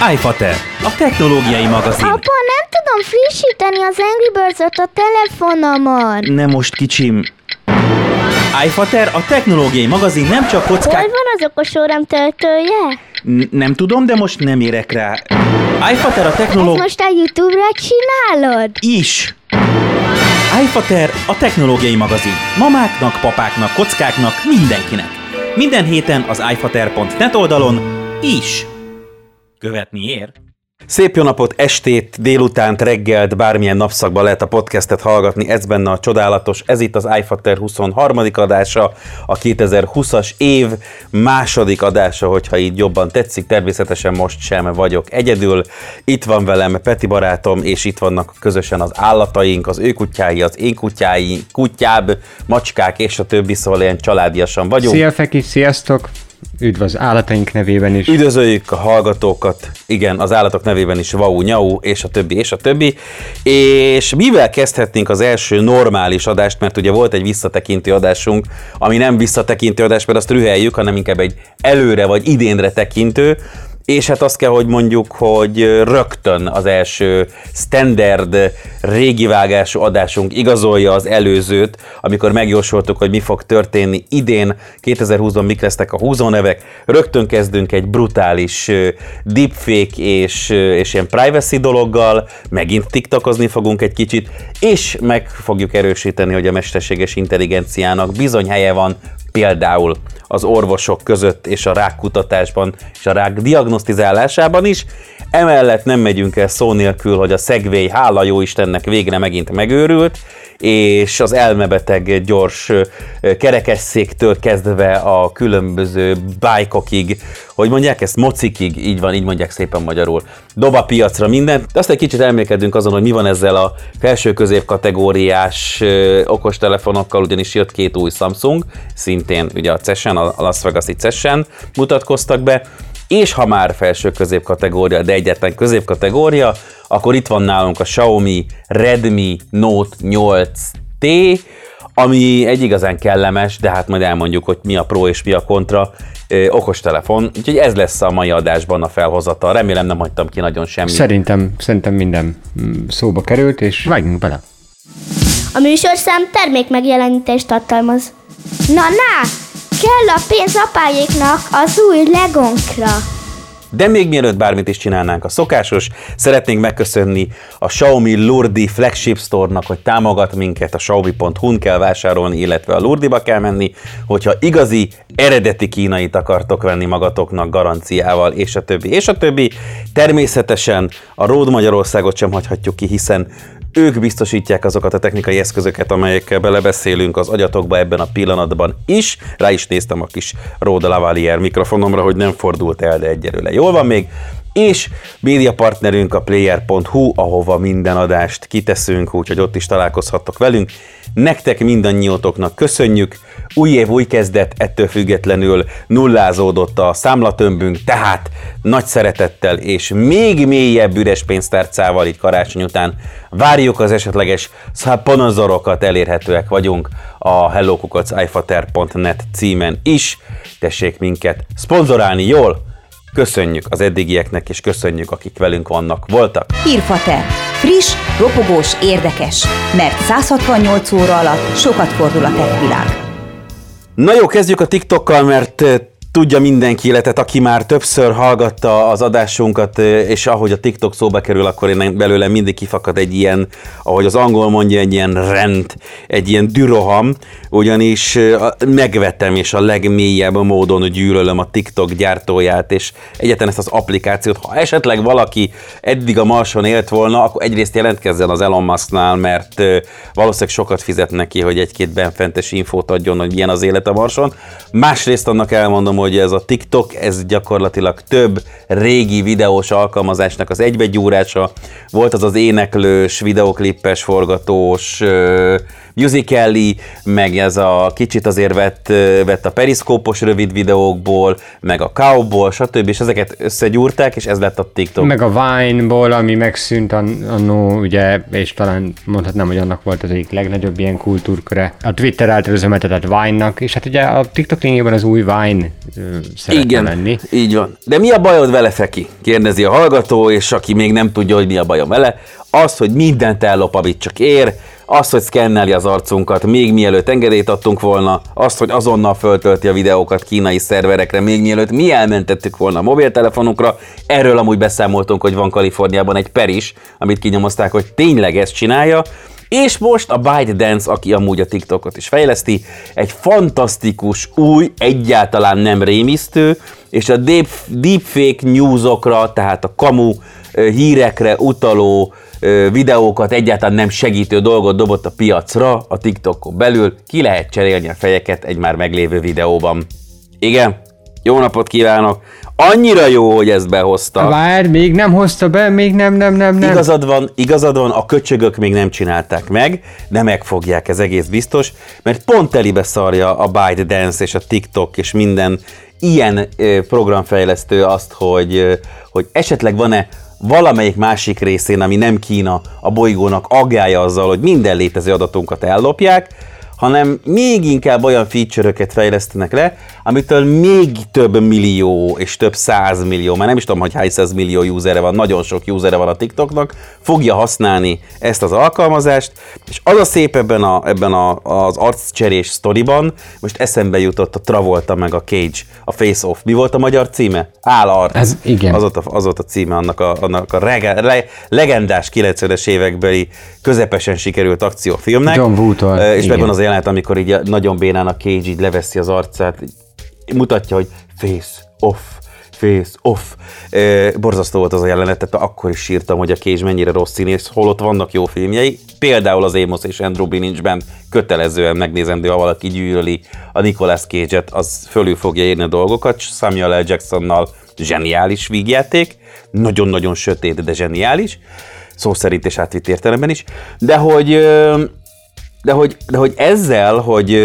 iFater, a technológiai magazin. Apa, nem tudom frissíteni az Angry Birds-ot a telefonomon. Nem most, kicsim. iFater, a technológiai magazin nem csak kockák... Hol van az okos órám töltője? Nem tudom, de most nem érek rá. iFater, a technológiai... Ezt most a YouTube-ra csinálod? Is. iFater, a technológiai magazin. Mamáknak, papáknak, kockáknak, mindenkinek. Minden héten az iFater.net oldalon is. Követni ér. Szép jó napot, estét, délutánt, reggelt, bármilyen napszakban lehet a podcastet hallgatni, ez benne a csodálatos, ez itt az iFater 23. adása, a 2020-as év második adása, hogyha így jobban tetszik, természetesen most sem vagyok egyedül, itt van velem Peti barátom, és itt vannak közösen az állataink, az ő kutyái, az én kutyáb, macskák és a többi, szóval ilyen családiasan vagyunk. Szia Feki, sziasztok! Üdv az állataink nevében is. Üdvözöljük a hallgatókat, igen, az állatok nevében is, Vau, Nyau, és a többi, és a többi. És mivel kezdhetnénk az első normális adást, mert ugye volt egy visszatekintő adásunk, ami nem visszatekintő adás, mert azt rüheljük, hanem inkább egy előre vagy idénre tekintő, és hát azt kell, hogy mondjuk, hogy rögtön az első standard régi vágású adásunk igazolja az előzőt, amikor megjósoltuk, hogy mi fog történni idén, 2020-ban mik lesznek a húzónevek. Rögtön kezdünk egy brutális deepfake és ilyen privacy dologgal, megint tiktokozni fogunk egy kicsit, és meg fogjuk erősíteni, hogy a mesterséges intelligenciának bizony helye van, például az orvosok között és a rákkutatásban és a rák diagnosztizálásában is. Emellett nem megyünk el szó nélkül, hogy a Segway, hála jó Istennek, végre megint megőrült, és az elmebeteg gyors kerekesszéktől kezdve a különböző bike-okig, hogy mondják ezt, mocikig, így van, így mondják szépen magyarul, dob a piacra mindent. De azt egy kicsit elmélkedünk azon, hogy mi van ezzel a felső-közép kategóriás okostelefonokkal, ugyanis jött 2 új Samsung, szintén ugye a CES-en, a Las Vegas-i CES-en mutatkoztak be, és ha már felső-közép kategória, de egyetlen középkategória, akkor itt van nálunk a Xiaomi Redmi Note 8T, ami egy igazán kellemes, de hát majd elmondjuk, hogy mi a pro és mi a kontra okostelefon. Úgyhogy ez lesz a mai adásban a felhozata. Remélem nem hagytam ki nagyon semmit. Szerintem minden szóba került, és vágjunk bele. A műsorszám termékmegjelenítést tartalmaz. Na, kell a pénz apáéknak az új Legónkra. De még mielőtt bármit is csinálnánk, a szokásos, szeretnénk megköszönni a Xiaomi Lurdi Flagship Store-nak, hogy támogat minket, a xiaomi.hu-n kell vásárolni, illetve a Lurdiba kell menni, hogyha igazi, eredeti kínait akartok venni magatoknak garanciával, és a többi, és a többi. Természetesen a Rode Magyarországot sem hagyhatjuk ki, hiszen ők biztosítják azokat a technikai eszközöket, amelyekkel belebeszélünk az agyatokba ebben a pillanatban is. Rá is néztem a kis Rode Lavalier mikrofonomra, hogy nem fordult el, de egyelőre jól van még. És médiapartnerünk a player.hu, ahova minden adást kiteszünk, úgyhogy ott is találkozhattok velünk. Nektek mindannyiótoknak köszönjük, új év, új kezdet, ettől függetlenül nullázódott a számlatömbünk, tehát nagy szeretettel és még mélyebb üres pénztárcával így karácsony után várjuk az esetleges szponzorokat, elérhetőek vagyunk a hello@ifater.net címen is. Tessék minket szponzorálni jól! Köszönjük az eddigieknek, és köszönjük, akik velünk voltak. Hírfater. Friss, ropogós, érdekes. Mert 168 óra alatt sokat fordul a tech világ. Na jó, kezdjük a TikTokkal, mert tudja mindenki, illetve aki már többször hallgatta az adásunkat, és ahogy a TikTok szóba kerül, akkor én belőle mindig kifakad egy ilyen, ahogy az angol mondja, egy ilyen rend, egy ilyen düroham, ugyanis megvetem, és a legmélyebb módon gyűlölöm a TikTok gyártóját, és egyáltalán ezt az applikációt. Ha esetleg valaki eddig a Marson élt volna, akkor egyrészt jelentkezzen az Elon Musknál, mert valószínűleg sokat fizet neki, hogy egy-két benfentes infót adjon, hogy milyen az élet a Marson. Másrészt annak elmondom, hogy ez a TikTok, ez gyakorlatilag több régi videós alkalmazásnak az egybegyúrása. Volt az az éneklős, videoklippes, forgatós, Musical.ly, meg ez a kicsit azért vett a periszkópos rövid videókból, meg a Cowból, stb. És ezeket összegyúrták, és ez lett a TikTok. Meg a Vine-ból, ami megszűnt annó, ugye, és talán mondhatnám, hogy annak volt az egyik legnagyobb ilyen kultúrköre. A Twitter által üzemeltetett Vine-nak, és hát ugye a TikTok lényegében az új Vine szeretne lenni. Így van. De mi a bajod vele, Feki? Kérdezi a hallgató, és aki még nem tudja, hogy mi a bajom vele, az, hogy mindent ellop, amit csak ér, az, hogy szkenneli az arcunkat, még mielőtt engedélyt adtunk volna, az, hogy azonnal föltölti a videókat kínai szerverekre, még mielőtt mi elmentettük volna a mobiltelefonunkra. Erről amúgy beszámoltunk, hogy van Kaliforniában egy per is, amit kinyomozták, hogy tényleg ezt csinálja. És most a ByteDance, aki amúgy a TikTokot is fejleszti, egy fantasztikus, új, egyáltalán nem rémisztő, és a deepfake newsokra, tehát a kamu hírekre utaló videókat egyáltalán nem segítő dolgot dobott a piacra a TikTokon belül, ki lehet cserélni a fejeket egy már meglévő videóban. Igen, jó napot kívánok! Annyira jó, hogy ezt behozta. Várj, még nem hozta be, még nem. Igazad van, a köcsögök még nem csinálták meg, de megfogják, ez egész biztos, mert pont telibe szarja a ByteDance és a TikTok és minden ilyen programfejlesztő azt, hogy esetleg van-e valamelyik másik részén, ami nem Kína, a bolygónak aggálja azzal, hogy minden létező adatunkat ellopják, hanem még inkább olyan feature-öket fejlesztenek le, amitől még több millió és több 100 millió, már nem is tudom, hogy hány 100 millió usere van, nagyon sok usere van a TikToknak, fogja használni ezt az alkalmazást, és az a szép ebben az arccserés sztoriban, most eszembe jutott a Travolta meg a Cage, a Face Off. Mi volt a magyar címe? Állarc. Ez igen. Az volt a címe annak a legendás 90-es évekbeli közepesen sikerült akciófilmnek. John Woo-tól. És megvan az jelenet, amikor így nagyon bénán a Cage így leveszi az arcát, mutatja, hogy face off. Borzasztó volt az a jelenet, tehát akkor is sírtam, hogy a Cage mennyire rossz színész, holott vannak jó filmjei. Például az Amos és Andrew Binincsben kötelezően megnézendő, ha valaki gyűlöli a Nicolas Cage-et, az fölül fogja érni a dolgokat. Samuel L. Jacksonnal zseniális vígjáték, nagyon-nagyon sötét, de zseniális, szó szerint és átvitt értelemben is, de hogy ezzel,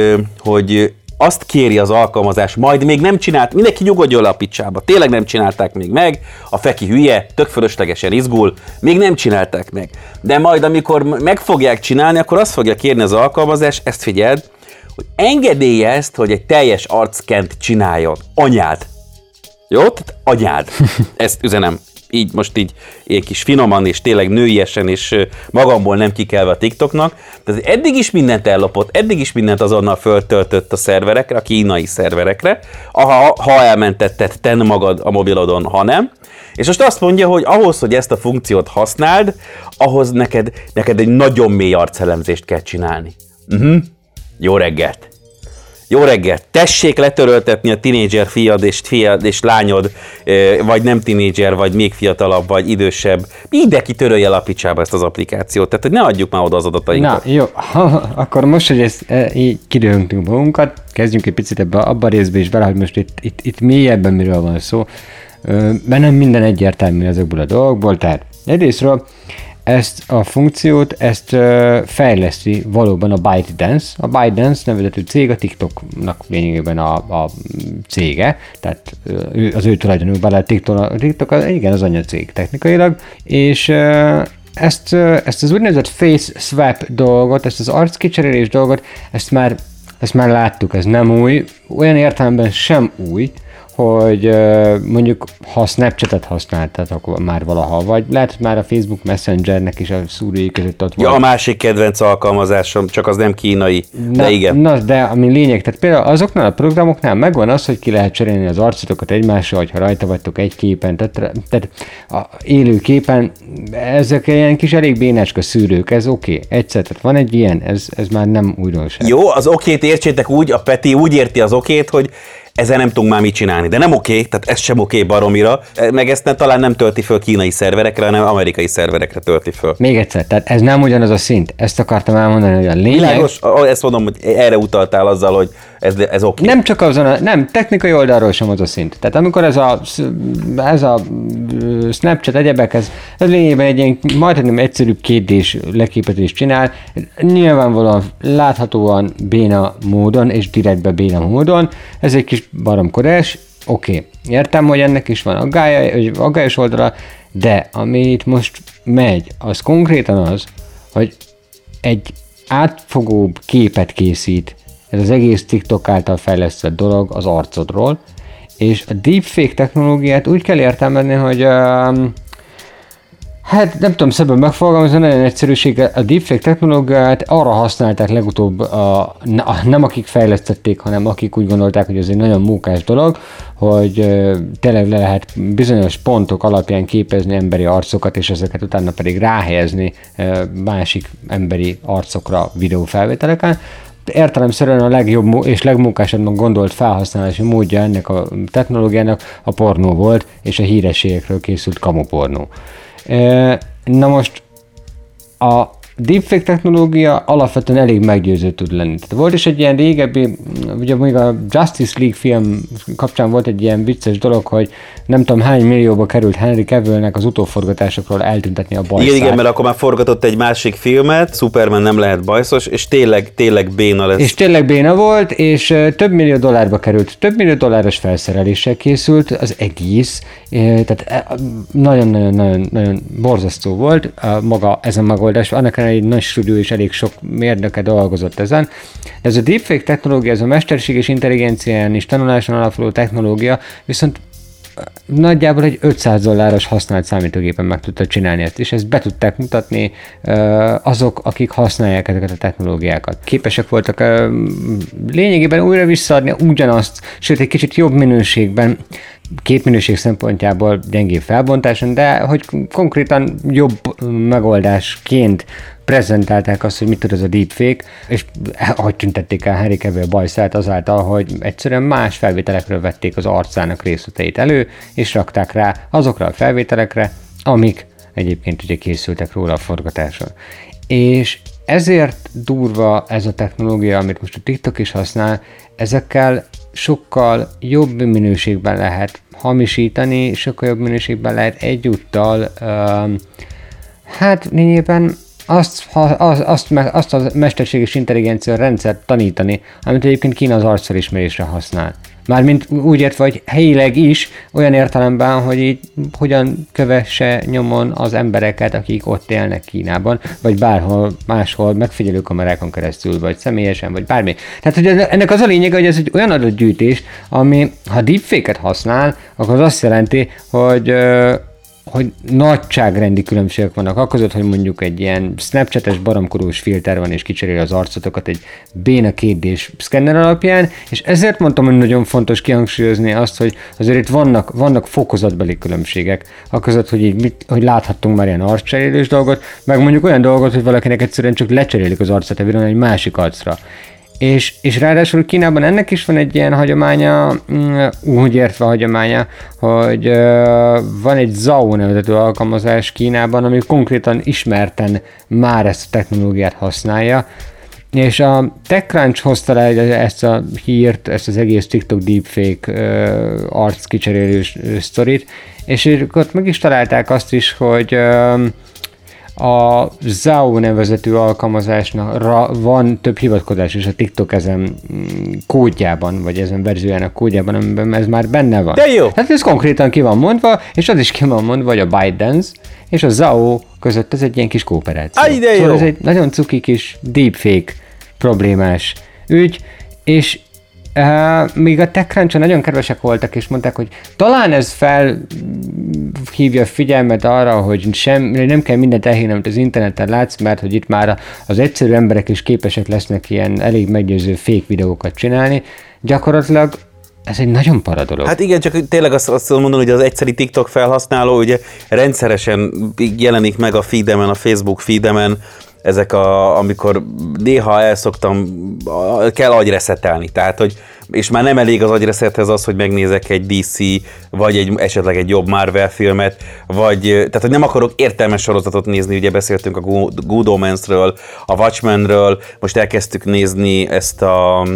hogy azt kéri az alkalmazás, majd még nem csinált, mindenki nyugodjon le a picsába, tényleg nem csinálták még meg, a Feki hülye, tök fölöslegesen izgul, még nem csinálták meg. De majd amikor meg fogják csinálni, akkor azt fogja kérni az alkalmazás, ezt figyeld, hogy engedélyezt, hogy egy teljes arckent csináljon. Anyád. Jó? Tehát anyád. Ezt üzenem. Így most így kis finoman és tényleg nőiesen és magamból nem kikelve a TikToknak. Tehát eddig is mindent ellopott, eddig is mindent azonnal föltöltött a szerverekre, a kínai szerverekre, ha elmentetted te magad a mobilodon, ha nem. És most azt mondja, hogy ahhoz, hogy ezt a funkciót használd, ahhoz neked egy nagyon mély arcelemzést kell csinálni. Jó reggelt! Jó reggelt! Tessék letöröltetni a tinédzser fiad és lányod, vagy nem tinédzser, vagy még fiatalabb, vagy idősebb. Mindenki törölje el a picsába ezt az applikációt, tehát hogy ne adjuk már oda az adatainkat. Na jó, akkor most, hogy ezt így kidőhöntünk magunkat, kezdjünk egy picit abba a részbe is bele, hogy most itt mélyebben miről van szó. Mert nem minden egyértelmű ezekből a dolgokból, tehát egyrésztről ezt a funkciót, fejleszti valóban a ByteDance. A ByteDance nevezetű cég a TikToknak lényegében a cége, tehát az ő tulajdonú, bár a TikTok igen, az anyacég technikailag, és ezt az úgynevezett face swap dolgot, ezt az arckicserélés dolgot, ezt már láttuk, ez nem új, olyan értelemben sem új, hogy mondjuk ha a Snapchatet használtad, akkor már valaha, vagy lehet, hogy már a Facebook Messengernek is a szúrói között ott van. Ja, a másik kedvenc alkalmazásom, csak az nem kínai, de igen. Na, de ami lényeg, tehát például azoknál a programoknál megvan az, hogy ki lehet cserélni az arcotokat egymással, ha rajta vagytok egy képen, tehát a élő képen, ezek ilyen kis elég bénácska szűrők, ez oké. Egyszer, tehát van egy ilyen, ez már nem újdonság. Jó, az okét értsétek úgy, a Peti úgy érti az okét, hogy ezzel nem tudunk már mit csinálni, de nem oké, tehát ez sem oké baromira, meg ezt talán nem tölti föl kínai szerverekre, hanem amerikai szerverekre tölti föl. Még egyszer, tehát ez nem ugyanaz a szint, ezt akartam elmondani, hogy a lényeg... Világos, ezt mondom, hogy erre utaltál azzal, hogy ez oké. Nem csak azon, nem, technikai oldalról sem az a szint. Tehát amikor ez a Snapchat egyebek, ez lényegében egy ilyen majdnem egyszerűbb 2D-s leképezést csinál, nyilvánvalóan láthatóan béna módon, és direktbe béna módon, ez egy kis baromkodás, oké. Értem, hogy ennek is van aggályos oldala, de ami itt most megy, az konkrétan az, hogy egy átfogóbb képet készít, ez az egész TikTok által fejlesztett dolog az arcodról, és a deepfake technológiát úgy kell értelmezni, hogy hát nem tudom szebben megfogalmazni, nagyon egyszerűséggel a deepfake technológiát arra használták legutóbb, nem akik fejlesztették, hanem akik úgy gondolták, hogy ez egy nagyon mókás dolog, hogy tényleg le lehet bizonyos pontok alapján képezni emberi arcokat, és ezeket utána pedig ráhelyezni másik emberi arcokra videófelvételeken. Értelemszerűen a legjobb és legmunkásabbnak gondolt felhasználási módja ennek a technológiának a pornó volt, és a hírességekről készült kamupornó. Na most a deepfake technológia alapvetően elég meggyőző tud lenni. Tehát volt is egy ilyen régebbi, ugye még a Justice League film kapcsán volt egy ilyen vicces dolog, hogy nem tudom hány millióba került Henry Cavillnek az utóforgatásokról eltüntetni a bajszát. Igen, mert akkor már forgatott egy másik filmet, Superman nem lehet bajszos, és tényleg béna lesz. És tényleg béna volt, és több millió dollárba került. Több millió dolláros felszereléssel készült az egész, tehát nagyon borzasztó volt maga ez a megoldás. Annak egy nagy stúdió és elég sok mérnöke dolgozott ezen. Ez a deepfake technológia, ez a mesterséges intelligencián és tanuláson alapuló technológia, viszont nagyjából egy $500 használt számítógépen meg tudta csinálni ezt, és ezt be tudták mutatni azok, akik használják ezeket a technológiákat. Képesek voltak lényegében újra visszaadni ugyanazt, sőt egy kicsit jobb minőségben, képminőség szempontjából gyengébb felbontáson, de hogy konkrétan jobb megoldásként prezentálták azt, hogy mit tud ez a deepfake, és ahogy tüntették el Henry Cavill bajszát azáltal, hogy egyszerűen más felvételekről vették az arcának részleteit elő, és rakták rá azokra a felvételekre, amik egyébként ugye készültek róla a forgatáson. És ezért durva ez a technológia, amit most a TikTok is használ, ezekkel sokkal jobb minőségben lehet hamisítani, sokkal jobb minőségben lehet egyúttal hát lényegében azt a mesterséges intelligencia rendszert tanítani, amit egyébként Kína az arcfelismerésre használ. Mármint úgy értve, hogy helyileg is, olyan értelemben, hogy így hogyan kövesse nyomon az embereket, akik ott élnek Kínában, vagy bárhol máshol megfigyelőkamerákon keresztül, vagy személyesen, vagy bármi. Tehát, hogy ennek az a lényege, hogy ez egy olyan adatgyűjtés, ami, ha deepfake-et használ, akkor az azt jelenti, hogy nagyságrendi különbségek vannak akközött, hogy mondjuk egy ilyen Snapchat-es baromkodós filter van, és kicseréli az arcotokat egy béna 2D-s szkenner alapján, és ezért mondtam, hogy nagyon fontos kihangsúlyozni azt, hogy azért itt vannak fokozatbeli különbségek, akközött, hogy láthattunk már ilyen arccserélős dolgot, meg mondjuk olyan dolgot, hogy valakinek egyszerűen csak lecserélik az arcát a videón egy másik arcra. És ráadásul Kínában ennek is van egy ilyen hagyománya, úgy értve hagyománya, hogy van egy Zhao nevezetű alkalmazás Kínában, ami konkrétan ismerten már ezt a technológiát használja, és a TechCrunch hozta le ezt a hírt, ezt az egész TikTok deepfake arc kicserélős sztorit, és ők ott meg is találták azt is, hogy a Zhao nevezetű alkalmazásra van több hivatkozás is a TikTok ezen kódjában, vagy ezen verziójának kódjában, amiben ez már benne van. De jó! Tehát ez konkrétan ki van mondva, és az is ki van mondva, hogy a ByteDance és a Zhao között ez egy ilyen kis kooperáció. Aj, de jó! Szóval ez egy nagyon cuki kis deepfake problémás ügy, és még a TechCrunch-on nagyon kedvesek voltak, és mondták, hogy talán ez felhívja a figyelmet arra, hogy nem kell mindent elhinni, amit az interneten látsz, mert hogy itt már az egyszerű emberek is képesek lesznek ilyen elég meggyőző fake videókat csinálni. Gyakorlatilag ez egy nagyon para dolog. Hát igen, csak tényleg azt mondom, hogy az egyszeri TikTok felhasználó ugye rendszeresen jelenik meg a feedemen, a Facebook feedemen, ezek amikor néha kell agyreszetelni, tehát hogy, és már nem elég az agyreszethez az, hogy megnézek egy DC, vagy esetleg egy jobb Marvel filmet, vagy, tehát hogy nem akarok értelmes sorozatot nézni, ugye beszéltünk a Good Omensről, a Watchmenről, most elkezdtük nézni ezt a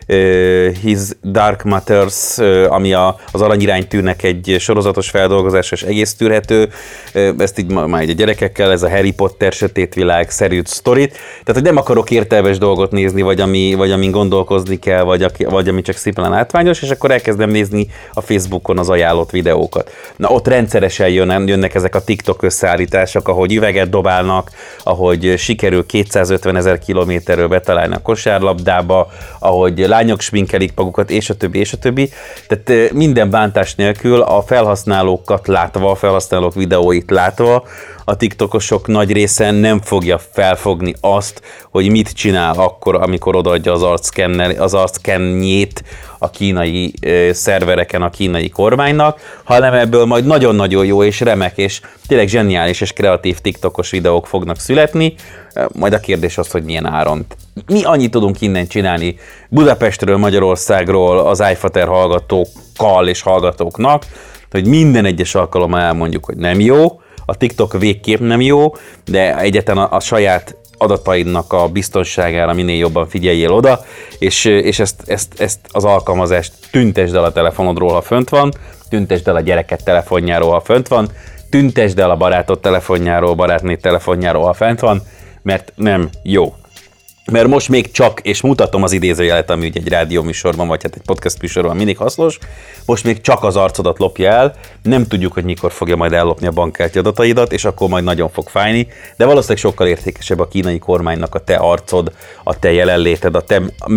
His Dark Matters, ami az Aranyiránytűnek egy sorozatos feldolgozása, és egész tűrhető. Ezt így már a gyerekekkel, ez a Harry Potter sötétvilág szerű sztorit. Tehát, hogy nem akarok értelmes dolgot nézni, vagy amin gondolkozni kell, vagy ami csak szépen látványos, és akkor elkezdem nézni a Facebookon az ajánlott videókat. Na, ott rendszeresen jönnek ezek a TikTok összeállítások, ahogy üveget dobálnak, ahogy sikerül 250 000 kilométerről betalálni a kosárlabdába, ahogy lányok sminkelik magukat, és a többi, és a többi. Tehát minden bántás nélkül a felhasználókat látva, a felhasználók videóit látva, a tiktokosok nagy része nem fogja felfogni azt, hogy mit csinál akkor, amikor odaadja az arcszkennjét a kínai szervereken a kínai kormánynak, hanem ebből majd nagyon-nagyon jó és remek és tényleg zseniális és kreatív tiktokos videók fognak születni. Majd a kérdés az, hogy milyen áron. Mi annyit tudunk innen csinálni Budapestről, Magyarországról, az iFater hallgatókkal és hallgatóknak, hogy minden egyes alkalommal elmondjuk, hogy nem jó, a TikTok végképp nem jó, de egyáltalán a saját adataidnak a biztonságára minél jobban figyeljél oda, és ezt az alkalmazást tüntesd el a telefonodról, ha fönt van, tüntesd el a gyereket telefonjáról, ha fönt van, tüntesd el a barátod telefonjáról, barátnéd telefonjáról, ha fent van, mert nem jó. Mert most még csak, és mutatom az idézőjelet, ami ugye egy rádióműsorban, vagy hát egy podcast műsorban mindig hasznos, most még csak az arcodat lopja el, nem tudjuk, hogy mikor fogja majd ellopni a bankkártya adataidat, és akkor majd nagyon fog fájni, de valószínűleg sokkal értékesebb a kínai kormánynak a te arcod, a te jelenléted, a te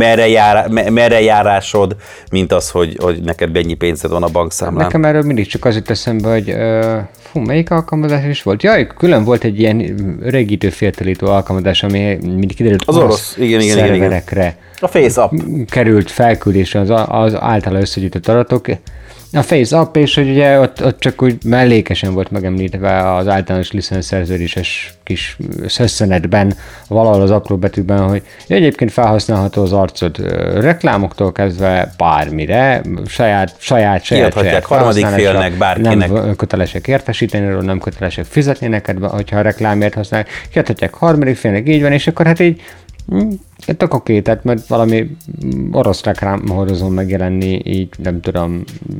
merre járásod, mint az, hogy neked mennyi pénzed van a bankszámlán. Nekem erről mindig csak az jut eszembe, hogy melyik alkalmazás is volt? Jaj, külön volt egy ilyen öregítő, féltelítő alkalmazás, ami mindig kiderült, az orosz szerverekre a FaceApp került felküldésre az általa összegyűjtött adatok. A FaceApp, és hogy ugye ott csak úgy mellékesen volt megemlítve az általános licenszerződéses kis szösszenetben, valahol az apró betűkben, hogy egyébként felhasználható az arcod reklámoktól kezdve bármire, saját harmadik félnek, bárkinek. Nem kötelesek értesíteni, nem kötelesek fizetni neked, hogyha a reklámért használják, kiadhatják harmadik félnek, így van, és akkor hát így tök oké, tehát mert valami orosz reklámhordozón megjelenni, így nem tudom,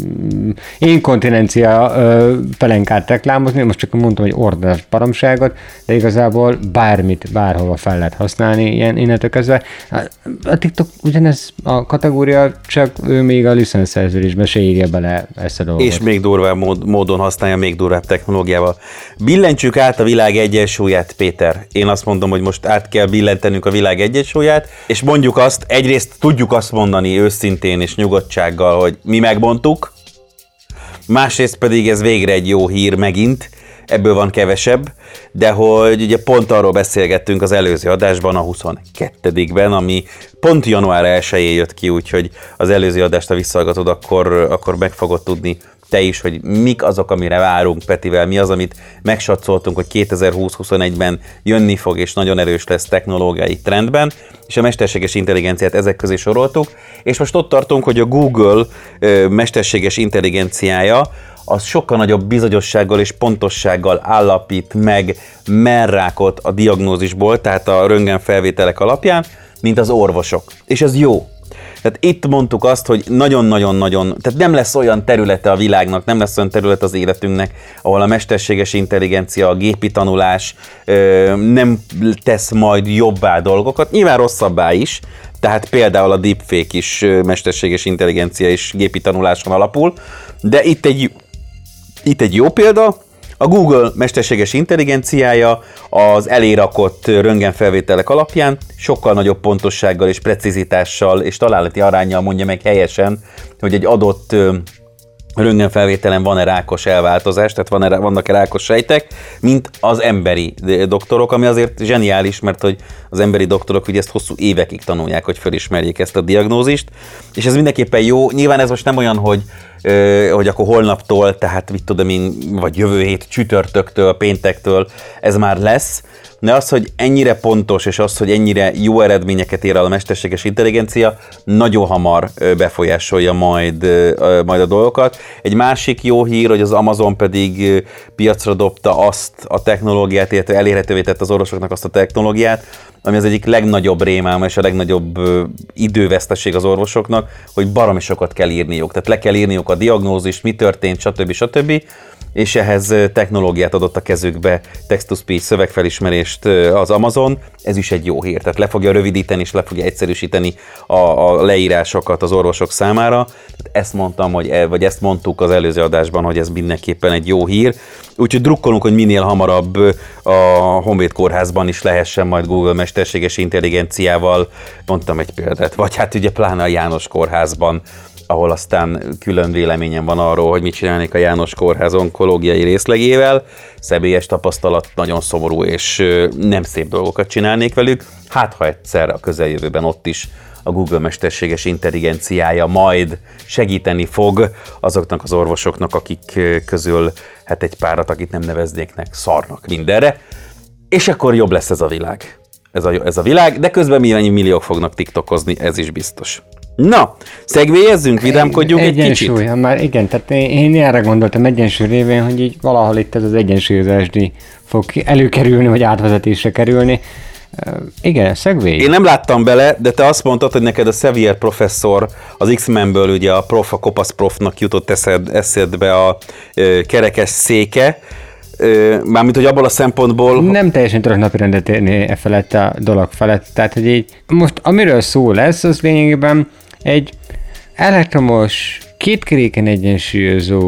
inkontinencia pelenkát reklámozni, most csak mondtam, hogy ordinális baromságot, de igazából bármit, bárhova fel lehet használni, ilyen innentől kezdve. A TikTok ugyanez a kategória, csak ő még a licenszerződésbe se írja bele ezt a dolgot. És még durvább módon használja, még durvább technológiával. Billentsük át a világ egyensúlyát, Péter. Én azt mondom, hogy most át kell billentenünk a világ egyensúlyát, és mondjuk azt, egyrészt tudjuk azt mondani őszintén és nyugodtsággal, hogy mi megmondtuk, másrészt pedig ez végre egy jó hír megint, ebből van kevesebb, de hogy ugye pont arról beszélgettünk az előző adásban, a 22-ben, ami pont január 1-én jött ki, úgyhogy az előző adást, ha visszahallgatod, akkor meg fogod tudni te is, hogy mik azok, amire várunk Petivel, mi az, amit megsatszoltunk, hogy 2020-21-ben jönni fog, és nagyon erős lesz technológiai trendben, és a mesterséges intelligenciát ezek közé soroltuk, és most ott tartunk, hogy a Google mesterséges intelligenciája az sokkal nagyobb bizonyossággal és pontossággal állapít meg mellrákot a diagnózisból, tehát a röntgenfelvételek alapján, mint az orvosok. És ez jó. Tehát itt mondtuk azt, hogy nagyon-nagyon-nagyon, tehát nem lesz olyan területe a világnak, nem lesz olyan terület az életünknek, ahol a mesterséges intelligencia, a gépi tanulás nem tesz majd jobbá dolgokat, nyilván rosszabbá is, tehát például a deepfake is mesterséges intelligencia és gépi tanuláson alapul, de itt egy jó példa, a Google mesterséges intelligenciája az elérakott röntgenfelvételek alapján sokkal nagyobb pontossággal és precizitással és találati aránnyal mondja meg helyesen, hogy egy adott röntgenfelvételen van-e rákos elváltozás, tehát vannak-e rákos sejtek, mint az emberi doktorok, ami azért zseniális, mert hogy az emberi doktorok ugye ezt hosszú évekig tanulják, hogy felismerjék ezt a diagnózist, és ez mindenképpen jó. Nyilván ez most nem olyan, hogy hogy akkor holnaptól, tehát mit tudom én, vagy jövő hét csütörtöktől, péntektől ez már lesz, de az, hogy ennyire pontos, és az, hogy ennyire jó eredményeket ér el a mesterséges intelligencia, nagyon hamar befolyásolja majd a dolgokat. Egy másik jó hír, hogy az Amazon pedig piacra dobta azt a technológiát, illetve elérhetővé tett az orvosoknak azt a technológiát, ami az egyik legnagyobb rémálma és a legnagyobb időveszteség az orvosoknak, hogy baromi sokat kell írniuk. Tehát le kell írniuk a diagnózist, mi történt, stb. És ehhez technológiát adott a kezükbe, text-to-speech, szövegfelismerést az Amazon, ez is egy jó hír. Tehát le fogja rövidíteni és le fogja egyszerűsíteni a leírásokat az orvosok számára. Tehát ezt mondtam, vagy ezt mondtuk az előző adásban, hogy ez mindenképpen egy jó hír. Úgyhogy drukkolunk, hogy minél hamarabb a Honvéd Kórházban is lehessen majd Google mesterséges intelligenciával, mondtam egy példát, vagy hát ugye pláne a János Kórházban, ahol aztán külön véleményem van arról, hogy mit csinálnék a János Kórház onkológiai részlegével. Személyes tapasztalat, nagyon szomorú és nem szép dolgokat csinálnék velük. Hát ha egyszer a közeljövőben ott is a Google mesterséges intelligenciája majd segíteni fog azoknak az orvosoknak, akik közül hát egy párat, akit nem neveznéknek szarnak mindenre, és akkor jobb lesz ez a világ. Ez a világ, de közben milliók fognak tiktokozni, ez is biztos. Na, szegvélyezzünk, vidámkodjunk egy kicsit. Egyensúly, már igen, tehát én erre gondoltam egyensúly révén, hogy így valahol itt ez az egyensúlyozásdi fog előkerülni, vagy átvezetésre kerülni. Igen, szegvély. Én nem láttam bele, de te azt mondtad, hogy neked a Xavier professzor az X-Menből ugye a kopasz profnak jutott eszedbe a kerekes széke, mármint, hogy abból a szempontból... Nem teljesen tudok napirendet érni e felett a dolog felett, tehát hogy így most amiről szó lesz, az lényegében egy elektromos, kétkeréken egyensúlyozó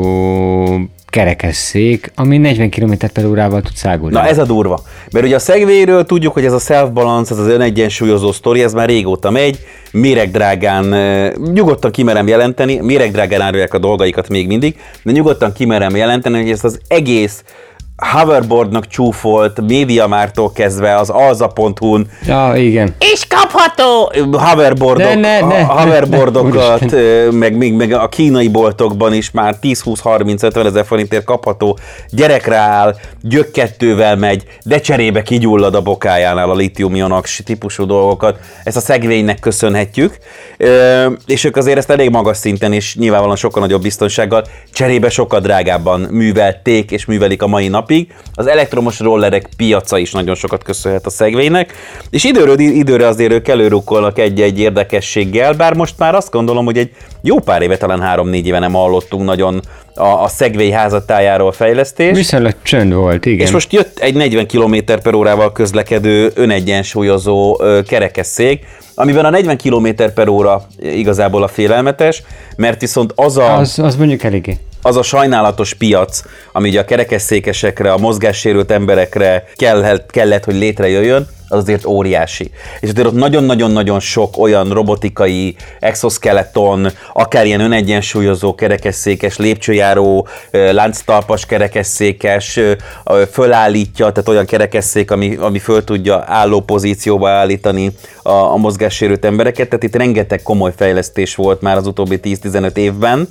kerekesszék, ami 40 km/h-val tud szágulni. Na ez a durva, mert ugye a Segwayről tudjuk, hogy ez a self-balance, ez az önegyensúlyozó sztori, ez már régóta megy, méregdrágán, nyugodtan kimerem jelenteni, méregdrágán árulják a dolgaikat még mindig, de nyugodtan kimerem jelenteni, hogy ezt az egész hoverboardnak csúfolt, MediaMarktól kezdve az alza.hu-n. Ja, igen. És kapható hoverboardokat, meg a kínai boltokban is már 10-20-30-50 ezer forintért kapható, gyerekre áll, gyökkettővel megy, de cserébe kigyullad a bokájánál a litium-ionak típusú dolgokat. Ezt a Segwaynek köszönhetjük, és ők azért ezt elég magas szinten és nyilvánvalóan sokkal nagyobb biztonsággal, cserébe sokkal drágábban művelték és művelik a mai napig. Az elektromos rollerek piaca is nagyon sokat köszönhet a Segwaynek, és időről időre azért ők előrukkolnak egy-egy érdekességgel, bár most már azt gondolom, hogy egy jó pár éve, talán 3-4 éve nem hallottunk nagyon a Segway házatájáról fejlesztés. Viszonylag csönd volt, igen. És most jött egy 40 km/h közlekedő önegyensúlyozó kerekesszék, amiben a 40 km/h igazából a félelmetes, mert viszont az mondjuk eléggé. Az a sajnálatos piac, ami ugye a kerekesszékesekre, a mozgássérült emberekre kellett, hogy létrejöjjön, az azért óriási. És azért ott nagyon-nagyon-nagyon sok olyan robotikai exoskeleton, akár ilyen önegyensúlyozó kerekesszékes, lépcsőjáró, lánctalpas kerekesszékes fölállítja, tehát olyan kerekesszék, ami föl tudja álló pozícióba állítani a mozgássérült embereket. Tehát itt rengeteg komoly fejlesztés volt már az utóbbi 10-15 évben,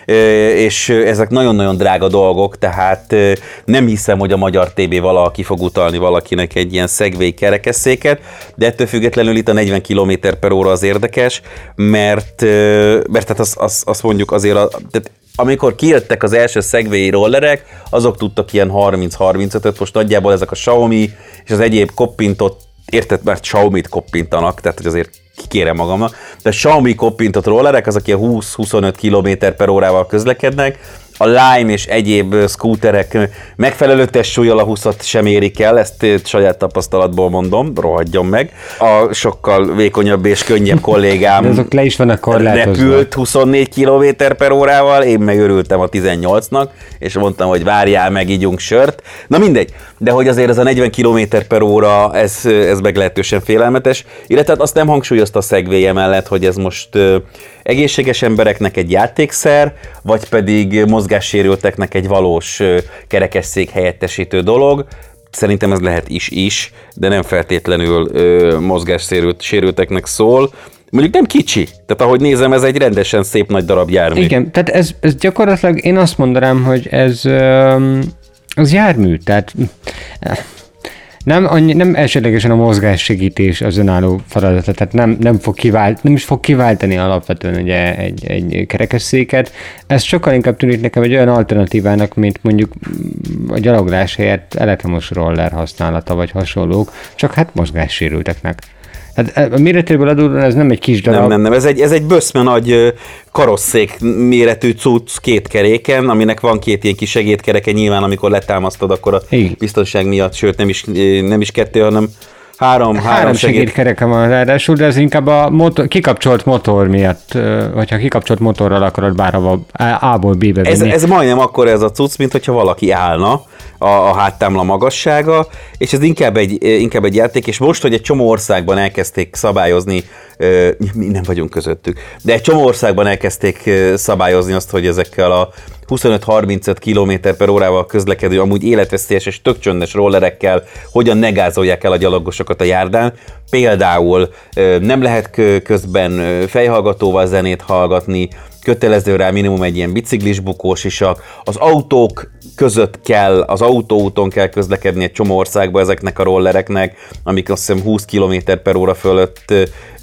és ezek nagyon-nagyon drága dolgok, tehát nem hiszem, hogy a Magyar TV valaha ki fog utalni valakinek egy ilyen Segway kerekesszéket, de ettől függetlenül itt a 40 km/h az érdekes, mert tehát azt mondjuk azért, tehát amikor kijöttek az első Segway rollerek, azok tudtak ilyen 30-35-öt, most nagyjából ezek a Xiaomi és az egyéb koppintott, érted, mert Xiaomi-t koppintanak, tehát hogy azért kikérem magamnak, de a Xiaomi koppintott rollerek, azok ilyen 20-25 km/h közlekednek, a Lime és egyéb szkúterek megfelelő testsúllyal a 20-at sem érik el, ezt saját tapasztalatból mondom, rohadjon meg. A sokkal vékonyabb és könnyebb kollégám azok le is vannak korlátozva. Repült 24 km/h, én meg örültem a 18-nak, és mondtam, hogy várjál meg, ígyunk sört. Na mindegy, de hogy azért ez a 40 km/h, ez meglehetősen félelmetes, illetve azt nem hangsúlyozta a Segway mellett, hogy ez most egészséges embereknek egy játékszer, vagy pedig mozgássérülteknek egy valós kerekesszék helyettesítő dolog. Szerintem ez lehet is, de nem feltétlenül mozgássérülteknek szól. Mondjuk nem kicsi, tehát ahogy nézem, ez egy rendesen szép nagy darab jármű. Igen, tehát ez gyakorlatilag én azt mondanám, hogy ez jármű, tehát nem elsődlegesen a mozgássegítés az önálló feladata, tehát nem is fog kiváltani alapvetően ugye egy kerekesszéket. Ez sokkal inkább tűnik nekem egy olyan alternatívának, mint mondjuk a gyaloglás helyett elektromos roller használata, vagy hasonlók, csak hát mozgássérülteknek. Hát a méretéből adódóan ez nem egy kis darab. Nem. Ez egy böszme nagy karosszék méretű cucc két keréken, aminek van két ilyen kis segédkereke, nyilván amikor letámasztod, akkor a biztonság miatt, sőt nem is kettő, hanem három segédkereke van ráadásul, de ez inkább a kikapcsolt motor miatt, hogyha kikapcsolt motorral akarod bárhova A-ból B-be vinni. Ez majdnem akkor ez a cucc, mint hogyha valaki állna, a háttámla magassága, és ez inkább egy játék, és most, hogy egy csomó országban elkezdték szabályozni, mi nem vagyunk közöttük, de egy csomó országban elkezdték szabályozni azt, hogy ezekkel a 25-35 km/h közlekedő, amúgy életveszélyes és tök csöndes rollerekkel hogyan negázolják el a gyalogosokat a járdán. Például nem lehet közben fejhallgatóval zenét hallgatni, kötelező rá minimum egy ilyen biciklis bukós isak, az autók között az autóúton kell közlekedni egy csomó országban ezeknek a rollereknek, amik azt hiszem 20 km/h fölött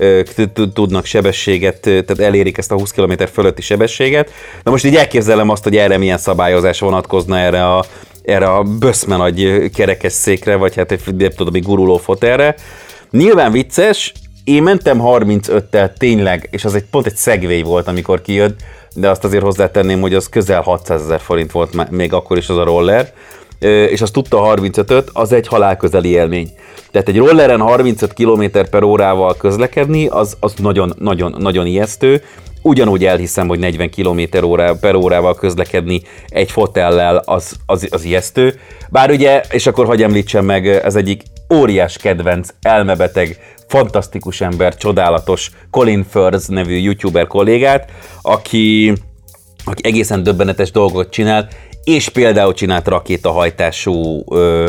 tudnak sebességet, tehát elérik ezt a 20 km fölötti sebességet. Na most így elképzelem azt, hogy erre milyen szabályozás vonatkozna erre a böszme nagy kerekesszékre, vagy hát nem tudom, egy guruló fotelre. Nyilván vicces, én mentem 35-tel tényleg, és az pont egy Segway volt, amikor kijött, de azt azért hozzátenném, hogy az közel 600 000 forint volt még akkor is az a roller, és azt tudta a 35-öt, az egy halálközeli élmény. Tehát egy rolleren 35 km/h közlekedni, az nagyon ijesztő. Ugyanúgy elhiszem, hogy 40 km/h közlekedni egy fotellel az ijesztő. Bár ugye, és akkor hagyj említsem meg, ez egyik óriás kedvenc, elmebeteg, fantasztikus ember, csodálatos Colin Furze nevű youtuber kollégát, aki egészen döbbenetes dolgot csinál, és például csinált rakétahajtású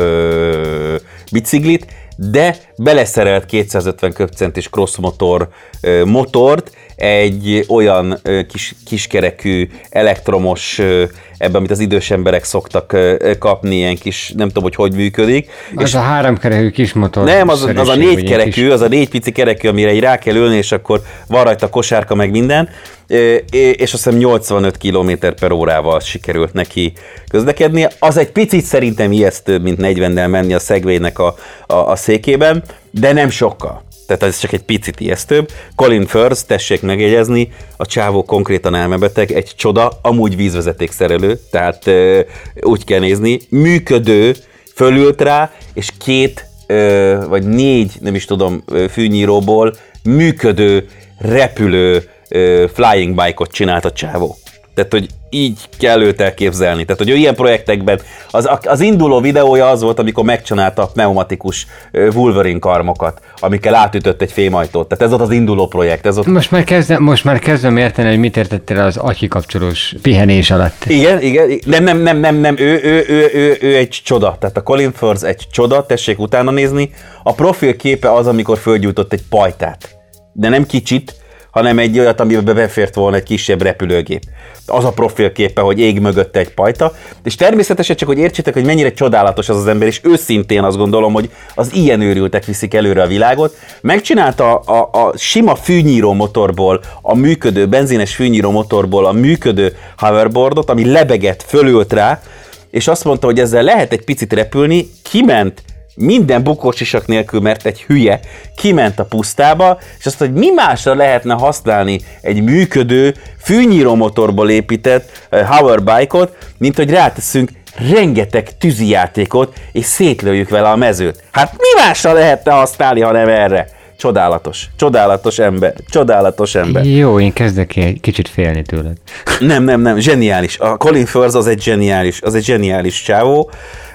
biciklit, de beleszerelt 250 köbcentis crossmotor motort, egy olyan kiskerekű elektromos, ebben, amit az idős emberek szoktak kapni, ilyen kis, nem tudom, hogy működik. Az és a 3 kerekű kis motor. Nem, az a 4 kerekű, az a 4 pici kerekű, amire így rá kell ülni, és akkor van rajta kosárka, meg minden, és azt hiszem 85 km/h sikerült neki közlekednie. Az egy picit szerintem ijesztőbb, mint 40-nel menni a Segway-nek a székében, de nem sokkal. Tehát ez csak egy picit ijesztőbb. Colin Furze, tessék megjegyezni, a csávó konkrétan elmebeteg, egy csoda, amúgy vízvezetékszerelő, tehát úgy kell nézni, működő, fölült rá, és 2 vagy 4, nem is tudom, fűnyíróból működő, repülő flying bike-ot csinált a csávó. Tehát, hogy így kell őt elképzelni. Tehát, hogy ilyen projektekben az induló videója az volt, amikor megcsinálta a pneumatikus Wolverine karmokat, amikkel átütött egy fémajtót. Tehát ez volt az induló projekt. Most már kezdem érteni, hogy mit értettél az agykikapcsolós pihenés alatt. Igen. Nem. Ő egy csoda. Tehát a Colin Furze egy csoda, tessék utána nézni. A profil képe az, amikor fölgyújtott egy pajtát. De nem kicsit, hanem egy olyat, amiben befért volna egy kisebb repülőgép. Az a profilképe, hogy ég mögötte egy pajta, és természetesen csak, hogy értsétek, hogy mennyire csodálatos az ember, és őszintén azt gondolom, hogy az ilyen őrültek viszik előre a világot. Megcsinálta a sima fűnyíró motorból, a működő, benzines fűnyíró motorból a működő hoverboardot, ami lebegett, fölült rá, és azt mondta, hogy ezzel lehet egy picit repülni, kiment minden bukósisak nélkül, mert egy hülye, kiment a pusztába, és azt, hogy mi másra lehetne használni egy működő, fűnyíró motorból épített hoverbike-ot, mint hogy ráteszünk rengeteg tűzijátékot, és szétlőjük vele a mezőt. Hát mi másra lehetne használni, ha nem erre? Csodálatos ember. Jó, én kezdek egy kicsit félni tőled. Nem, zseniális. A Colin Furze az egy zseniális csávó.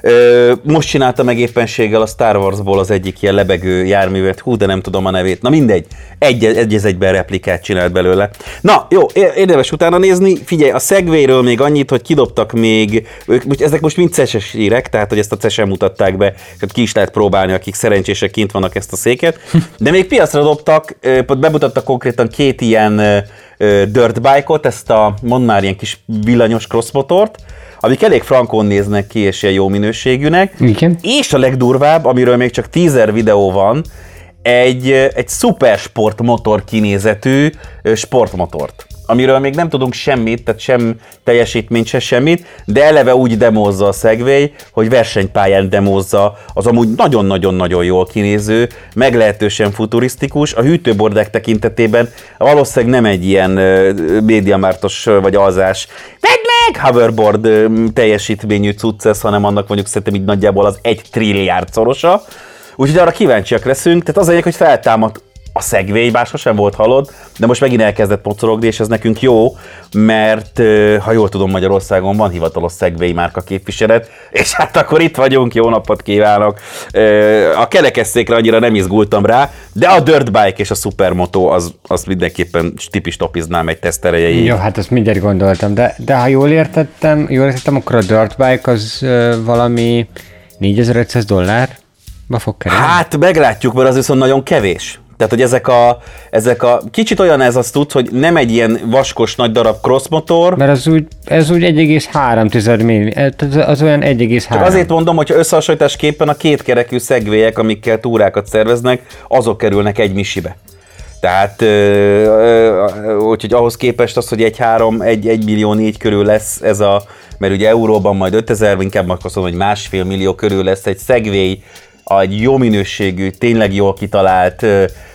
Most csinálta meg éppenséggel a Star Warsból az egyik ilyen lebegő járművet, de nem tudom a nevét. Na mindegy, egyben replikát csinált belőle. Na jó, érdemes utána nézni. Figyelj, a Segwayről még annyit, hogy kidobtak még, ezek most mind CES-es hírek, tehát hogy ezt a CES-en mutatták be, tehát ki is lehet próbálni, akik szerencsések kint vannak ezt a széket. De még piacra dobtak, bemutattak konkrétan 2 ilyen dirt bike-ot, ezt mondd már ilyen kis villanyos crossmotort, amik elég frankón néznek ki, és ilyen jó minőségűnek. Igen. És a legdurvább, amiről még csak teaser videó van, egy szupersport motor kinézetű sportmotort, amiről még nem tudunk semmit, tehát sem teljesítményt, se semmit, de eleve úgy demózza a Segway, hogy versenypályán demózza az amúgy nagyon-nagyon-nagyon jól kinéző, meglehetősen futurisztikus, a hűtőbordák tekintetében valószínűleg nem egy ilyen médiamártos vagy alzás, meg hoverboard teljesítményű cucc ez, hanem annak mondjuk szerintem így nagyjából az 1 trilliárd szorosa. Úgyhogy arra kíváncsiak leszünk, tehát az egyik, hogy feltámad a Segway, bár sosem volt hallod, de most megint elkezdett mocorogni, és ez nekünk jó, mert ha jól tudom, Magyarországon van hivatalos Segway márka képviselet, és hát akkor itt vagyunk, jó napot kívánok! A kerekesszékre annyira nem izgultam rá, de a dirt bike és a supermoto az mindenképpen tipis-topiznám egy teszt erejéig. Jó, hát azt mindjárt gondoltam, de ha jól értettem, akkor a dirt bike az valami $4500 fog kerülni. Hát meglátjuk, mert az viszont nagyon kevés. Tehát, hogy ezek a kicsit olyan ez azt tud, hogy nem egy ilyen vaskos nagy darab crossmotor. Mert ez úgy 1,3 mm, az olyan 1,3. Csak azért mondom, hogyha összehasonlításképpen a 2 kerekű Segwayek, amikkel túrákat szerveznek, azok kerülnek 1 misibe. Tehát, úgyhogy ahhoz képest az, hogy 1 millió 4 körül lesz ez mert ugye euróban majd 5000, inkább azt mondom, hogy 1,5 millió körül lesz egy Segway, egy jó minőségű, tényleg jól kitalált,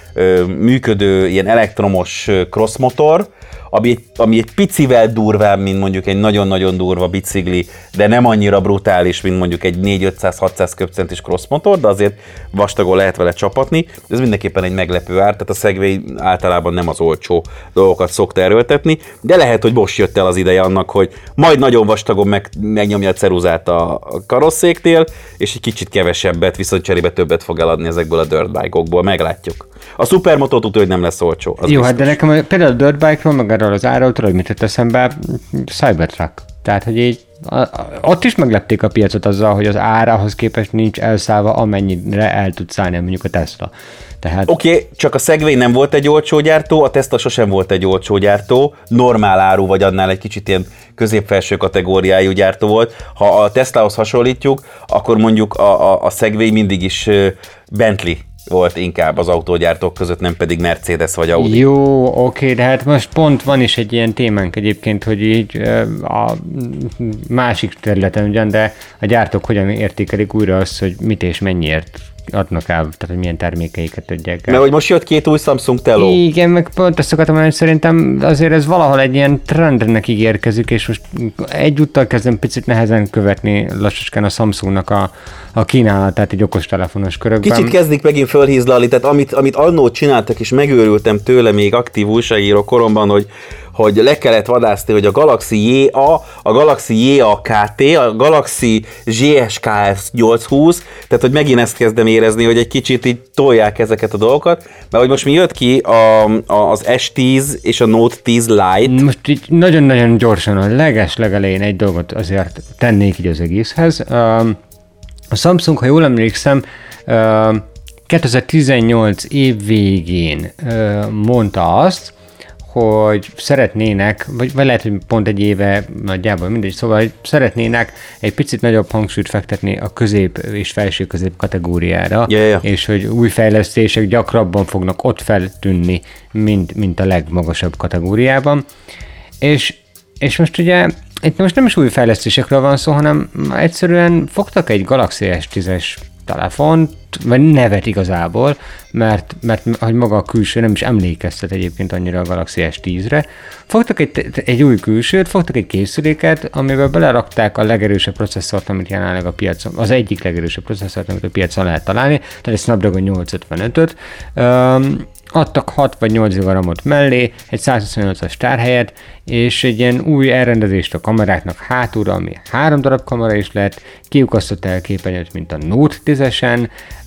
működő, ilyen elektromos crossmotor, ami egy picivel durvább, mint mondjuk egy nagyon-nagyon durva bicikli, de nem annyira brutális, mint mondjuk egy 400-500-600 köbcentis crossmotor, de azért vastagon lehet vele csapatni. Ez mindenképpen egy meglepő ár, tehát a Segway általában nem az olcsó dolgokat szokta erőltetni, de lehet, hogy most jött el az ideje annak, hogy majd nagyon vastagon megnyomja a ceruzát a karosszéknél, és egy kicsit kevesebbet, viszont cserébe többet fog eladni ezekből a dirt bike-okból, meglátjuk. A supermotor tudja, hogy nem lesz olcsó. Jó, biztos. Hát de nekem például a dirt bike-ról, meg arról az árról, tudod, mit tett eszembe? Cybertruck. Tehát, hogy így ott is meglepték a piacot azzal, hogy az árához képest nincs elszállva, amennyire el tud szállni mondjuk a Tesla. Tehát... Oké, csak a Segway nem volt egy olcsó gyártó, a Tesla sosem volt egy olcsó gyártó, normál áru, vagy annál egy kicsit ilyen középfelső kategóriájú gyártó volt. Ha a Teslahoz hasonlítjuk, akkor mondjuk a Segway mindig is Bentley volt inkább az autógyártók között, nem pedig Mercedes vagy Audi. Jó, oké, de hát most pont van is egy ilyen témánk egyébként, hogy így a másik területen ugyan, de a gyártók hogyan értékelik újra azt, hogy mit és mennyiért adnak el, tehát hogy milyen termékeiket adják el. Mert hogy most jött 2 új Samsung Tello. Igen, meg pont azt szoktam mondani, hogy szerintem azért ez valahol egy ilyen trendnek ígérkezik, és most egyúttal kezdem picit nehezen követni lassacskán a Samsungnak a kínálatát egy okostelefonos körökben. Kicsit kezdik megint fölhízlalni, tehát amit annó csináltak, és megőrültem tőle még aktív újságíró koromban, hogy le kellett vadászni, hogy a Galaxy JA, a Galaxy JA KT, a Galaxy GSKF 820, tehát hogy megint ezt kezdem érezni, hogy egy kicsit így tolják ezeket a dolgokat, mert hogy most mi jött ki az S10 és a Note 10 Lite. Most így nagyon-nagyon gyorsan a legelején egy dolgot azért tennék így az egészhez. A Samsung, ha jól emlékszem, 2018 év végén mondta azt, hogy szeretnének, vagy lehet, hogy pont egy éve nagyjából mindegy, szóval hogy szeretnének egy picit nagyobb hangsúlyt fektetni a közép és felső közép kategóriára, és hogy új fejlesztések gyakrabban fognak ott feltűnni, mint a legmagasabb kategóriában. És most ugye itt most nem is új fejlesztésekről van szó, hanem egyszerűen fogtak egy Galaxy S10-es telefont, vagy nevet igazából, mert hogy maga a külső nem is emlékeztet egyébként annyira a Galaxy S10-re. Fogtak egy új külsőt, fogtak egy készüléket, amiben belerakták a legerősebb processzort, amit jelenleg a piacon, az egyik legerősebb processzort, amit a piacon lehet találni, tehát egy Snapdragon 855-öt, adtak 6 vagy 8 GB mellé, egy 128-as tárhelyet, és egy ilyen új elrendezést a kameráknak hátulra, ami 3 darab kamera is lett, kiukasztott el képernyőt, mint a Note 10-esen,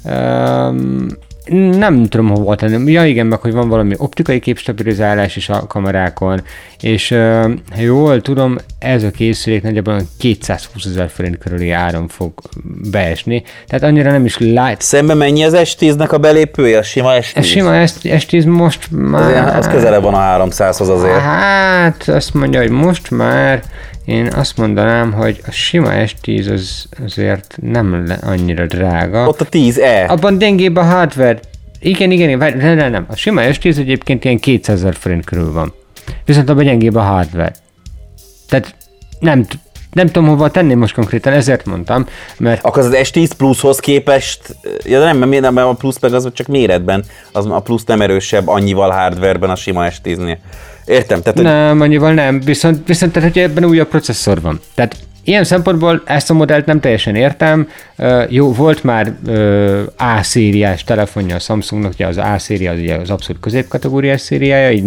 nem tudom hova tenni. Ja igen, meg hogy van valami optikai képstabilizálás is a kamerákon, és ha jól tudom, ez a készülék nagyjából 220 000 forint körüli áron fog beesni, tehát annyira nem is lát. Szemben mennyi az S10-nek a belépője, a sima S10? A sima S10 most már... Az közelebb van a 300-hoz azért. Hát, azt mondja, hogy most már én azt mondanám, hogy a sima S10 az azért nem annyira drága. Ott a 10E. Abban gyengébb a hardware. Igen, nem. A sima S10 egyébként ilyen 200 000 forint körül van. Viszont abban gyengébb a hardware. Tehát nem tudom hova tenni most konkrétan, ezért mondtam, mert... Akkor az S10 Plushoz képest, ja de nem, a Plus meg az csak méretben, az a Plus nem erősebb annyival hardwareben a sima S10-nél. Értem? Tehát, nem, annyival nem, viszont tehát, hogy ebben újabb processzor van. Tehát ilyen szempontból ezt a modellt nem teljesen értem. Jó, volt már A-szériás telefonja a Samsungnak, ugye az A-széria az ugye az abszolút középkategóriás szériája, így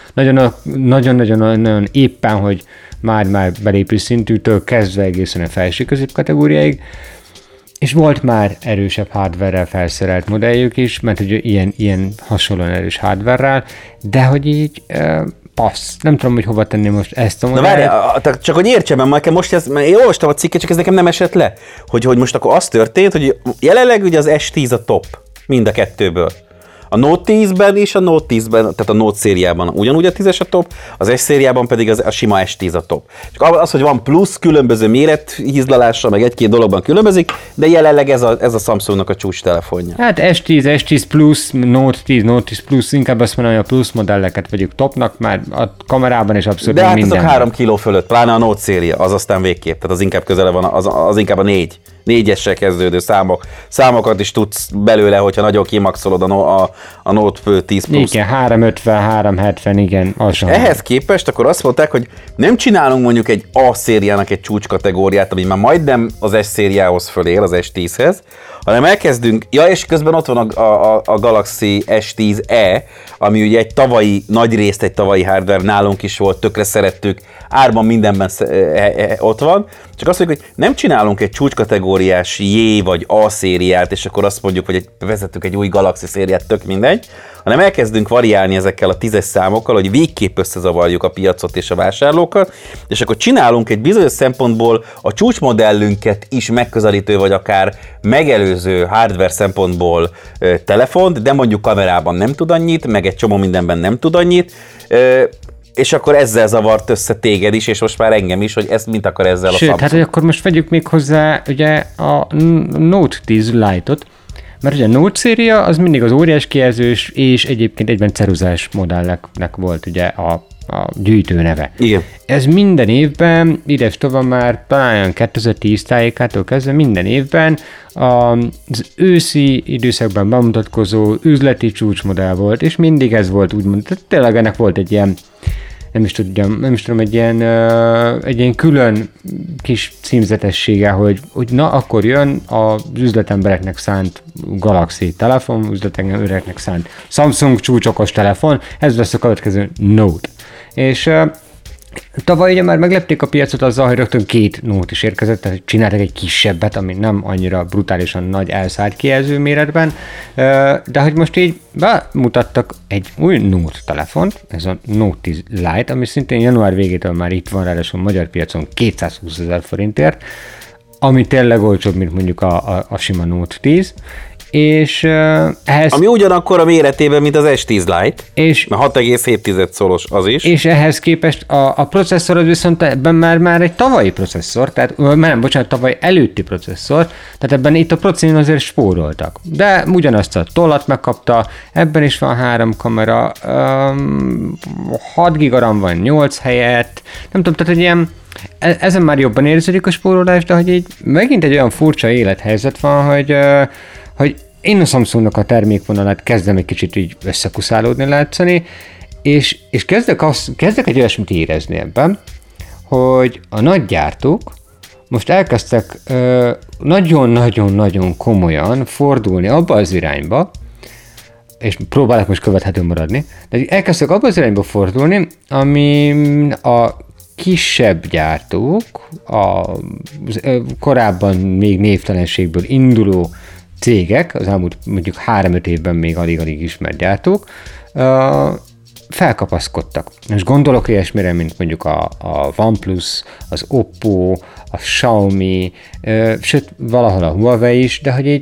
nagyon éppen, hogy már belépő szintűtől kezdve egészen a felső középkategóriáig, és volt már erősebb hardware-rel felszerelt modelljük is, mert ugye ilyen hasonlóan erős hardware-rel, de hogy így passz. Nem tudom, hogy hova tenni most ezt a modellt. Na várj, csak hogy értsem, mert most mert én olvastam a cikket, csak ez nekem nem esett le, hogy most akkor az történt, hogy jelenleg ugye az S10 a top, mind a kettőből. A Note 10-ben és a Note 10-ben, tehát a Note szériában ugyanúgy a 10-es a top, az S szériában pedig a sima S10 a top. Csak az, hogy van plusz, különböző mérethízlalása, meg egy-két dologban különbözik, de jelenleg ez a Samsungnak a csúcs telefonja. Hát S10 Plus, Note 10 Plus, inkább azt mondom, hogy a Plus modelleket vegyük topnak, már a kamerában is abszolút de hát minden. azok 3 kiló fölött, pláne a Note széria, az aztán végképp, tehát az inkább közele van, az inkább a 4-essel kezdődő számokat is tudsz belőle, hogyha nagyon kimaxolod a Note 10 Plus. Igen, 350, 370, igen. Ehhez képest akkor azt mondták, hogy nem csinálunk mondjuk egy A szériának egy csúcskategóriát, ami már majdnem az S szériához fölér, az S10-hez, hanem elkezdünk, és közben ott van a Galaxy S10e, ami ugye nagy tavalyi hardware, nálunk is volt, tökre szerettük, árban mindenben ott van, csak azt mondjuk, hogy nem csinálunk egy csúcskategóriás J vagy A szériát, és akkor azt mondjuk, hogy vezetünk egy új Galaxy szériát, tök mindegy, hanem elkezdünk variálni ezekkel a 10-es számokkal, hogy végképp összezavarjuk a piacot és a vásárlókat, és akkor csinálunk egy bizonyos szempontból a csúcsmodellünket is megközelítő, vagy akár megelőző hardware szempontból telefont, de mondjuk kamerában nem tud annyit, meg egy csomó mindenben nem tud annyit, és akkor ezzel zavart össze téged is, és most már engem is, hogy ezt mint akar ezzel a Samsung. Hát hogy akkor most vegyük még hozzá ugye a Note 10 Lite-ot, mert ugye a Note széria az mindig az óriás kijelzős, és egyébként egyben ceruzás modelleknek volt ugye a gyűjtő neve. Igen. Ez minden évben, ides tovább már talán 2010 tájékától kezdve minden évben az őszi időszakban bemutatkozó üzleti csúcsmodell volt, és mindig ez volt úgymond, tehát tényleg ennek volt egy ilyen, nem is tudom, egy ilyen külön kis címzetessége, hogy na, akkor jön az üzletembereknek szánt Galaxy telefon, üzletembereknek szánt Samsung csúcsokos telefon, ez lesz a következő Note. És tavaly ugye már meglepték a piacot azzal, hogy rögtön 2 Note is érkezett, tehát csináltak egy kisebbet, ami nem annyira brutálisan nagy elszállt kijelző méretben, de hogy most így bemutattak egy új Note telefont, ez a Note 10 Lite, ami szintén január végétől már itt van, ráadásul a magyar piacon 220 000 forintért, ami tényleg olcsóbb, mint mondjuk a sima Note 10, és ehhez... Ami ugyanakkor a méretében, mint az S10 Lite, és 6,7 szoros az is. És ehhez képest a processzor az viszont ebben már egy tavalyi processzor, tehát tavaly előtti processzor, tehát ebben itt a procin azért spóroltak. De ugyanazt a tollat megkapta, ebben is van 3 kamera, 6 GB RAM van 8 helyett, nem tudom, tehát egy ilyen ezen már jobban érződik a spórolás, de hogy így megint egy olyan furcsa élethelyzet van, hogy én a Samsungnak a termékvonalát kezdem egy kicsit így összekuszálódni látszani, és kezdek egy olyasmit érezni ebben, hogy a nagy gyártók most elkezdtek nagyon-nagyon-nagyon komolyan fordulni abba az irányba, és próbálok most követhető maradni, de elkezdtek abban az irányba fordulni, ami a kisebb gyártók, a korábban még névtelenségből induló cégek, az elmúlt mondjuk 3-5 évben még alig-alig ismert gyártók, felkapaszkodtak. Most gondolok ilyesmire, mint mondjuk a OnePlus, az Oppo, a Xiaomi, sőt, valahol a Huawei is, de hogy így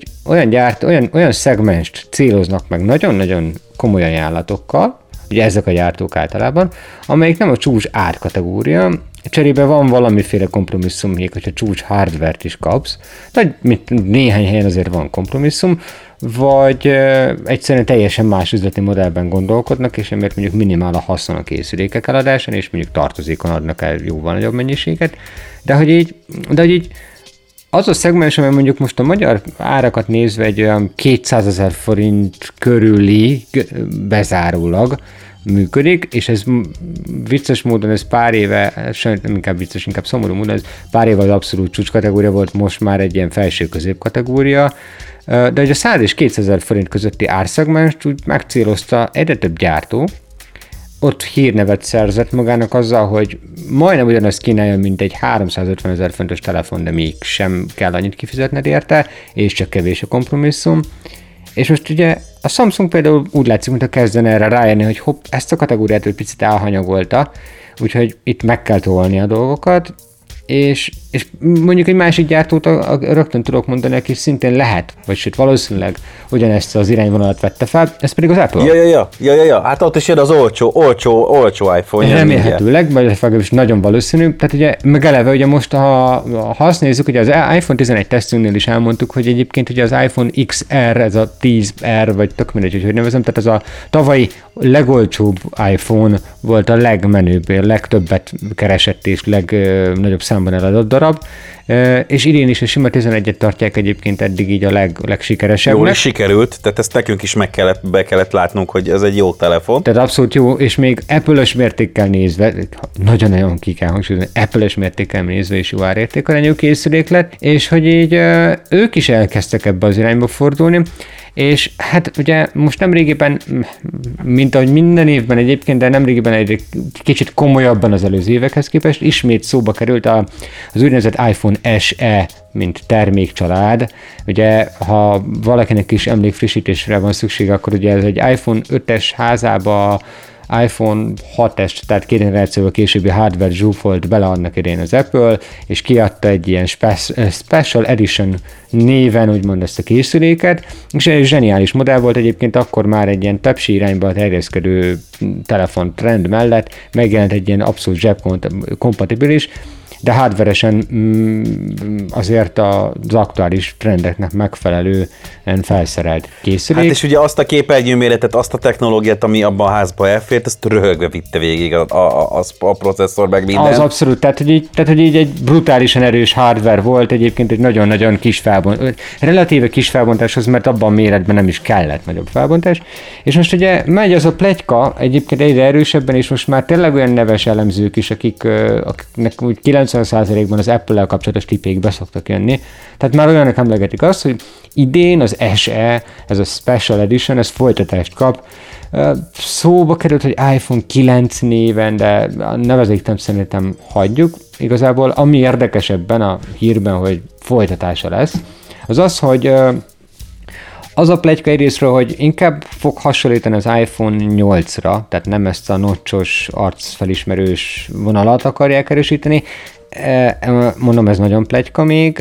olyan szegmenst céloznak meg nagyon-nagyon komoly ajánlatokkal, ugye ezek a gyártók általában, amelyik nem a csúcs árkategória, cserébe van valamiféle kompromisszum, még hogyha csúcs hardvert is kapsz, de néhány helyen azért van kompromisszum, vagy egyszerűen teljesen más üzleti modellben gondolkodnak, és emiatt mondjuk minimál a haszon a készülékek eladásán, és mondjuk tartozékon adnak el jóval nagyobb mennyiséget, de hogy így az a szegmens, amely mondjuk most a magyar árakat nézve egy olyan 200 000 forint körüli bezárólag működik, és ez vicces módon, ez pár éve, nem inkább vicces, inkább szomorú módon, ez pár éve az abszolút csúcs kategória volt, most már egy ilyen felső-közép kategória, de hogy a 100 és 200 000 forint közötti árszegmenst úgy megcélozta egyre több gyártó, ott hírnevet szerzett magának azzal, hogy majdnem ugyanazt kínálja, mint egy 350 000 forintos telefon, de még sem kell annyit kifizetned érte, és csak kevés a kompromisszum. És most ugye a Samsung például úgy látszik, mintha kezdene erre rájönni, hogy hopp, ezt a kategóriát egy picit elhanyagolta, úgyhogy itt meg kell tolni a dolgokat, és mondjuk egy másik gyártót rögtön tudok mondani, aki szintén lehet, vagy sőt valószínűleg ugyanezt az irányvonalat vette fel, ez pedig az Apple. Ja, hát ott is jön az olcsó iPhone. Remélhetőleg, vagy legalábbis nagyon valószínű. Tehát ugye, meg eleve ugye most, ha azt nézzük, ugye az iPhone 11 tesztünknél is elmondtuk, hogy egyébként ugye az iPhone XR, ez a 10R, vagy tök mindegy, hogy nevezem, tehát az a tavalyi legolcsóbb iPhone volt a legmenőbb, legtöbbet keresett és legnagyobb számban eladott darab, és idén is a sima 11-et tartják egyébként eddig így a legsikeresebbnek. Jól is sikerült, tehát ezt nekünk is be kellett látnunk, hogy ez egy jó telefon. Tehát abszolút jó, és még Apple-ös mértékkel nézve, nagyon-nagyon ki kell hangsúlyozni, Apple-ös mértékkel nézve is jó árértékarányú készülék lett, és hogy így ők is elkezdtek ebbe az irányba fordulni, és hát ugye most nemrégiben, mint ahogy minden évben egyébként, de nemrégiben egy kicsit komolyabban az előző évekhez képest, ismét szóba került az úgynevezett iPhone SE, mint termékcsalád. Ugye, ha valakinek is emlékfrissítésre van szüksége, akkor ugye ez egy iPhone 5-es házába iPhone 6-es, tehát 2 generációval későbbi hardware zsúfolt bele annak idején az Apple, és kiadta egy ilyen Special Edition néven úgymond ezt a készüléket, és egy zseniális modell volt egyébként, akkor már egy ilyen Type-C irányba terjeszkedő telefon trend mellett megjelent egy ilyen abszolút zsebkompatibilis, de hardveresen azért az aktuális trendeknek megfelelően felszerelt készülék. Hát és ugye azt a képernyőméretet, azt a technológiát, ami abban a házba elfért, ezt röhögve vitte végig a processzor, meg minden. Az abszolút, tehát hogy így egy brutálisan erős hardware volt, egyébként egy nagyon-nagyon kis felbontás, relatíve kis felbontáshoz, mert abban a méretben nem is kellett nagyobb felbontás. És most ugye megy az a pletyka egyébként egyre erősebben, és most már tényleg olyan neves elemzők is, akiknek úgy 90%-ban az Apple-lel kapcsolatos tippék beszoktak jönni. Tehát már olyanok emlegetik azt, hogy idén az SE, ez a Special Edition, ez folytatást kap. Szóba került, hogy iPhone 9 néven, de a nevezéket szerintem hagyjuk. Igazából ami érdekesebben a hírben, hogy folytatása lesz, az az, hogy az a pletyka egyrészről, hogy inkább fog hasonlítani az iPhone 8-ra, tehát nem ezt a notchos, arcfelismerős vonalat akarják erősíteni. Mondom, ez nagyon pletyka még.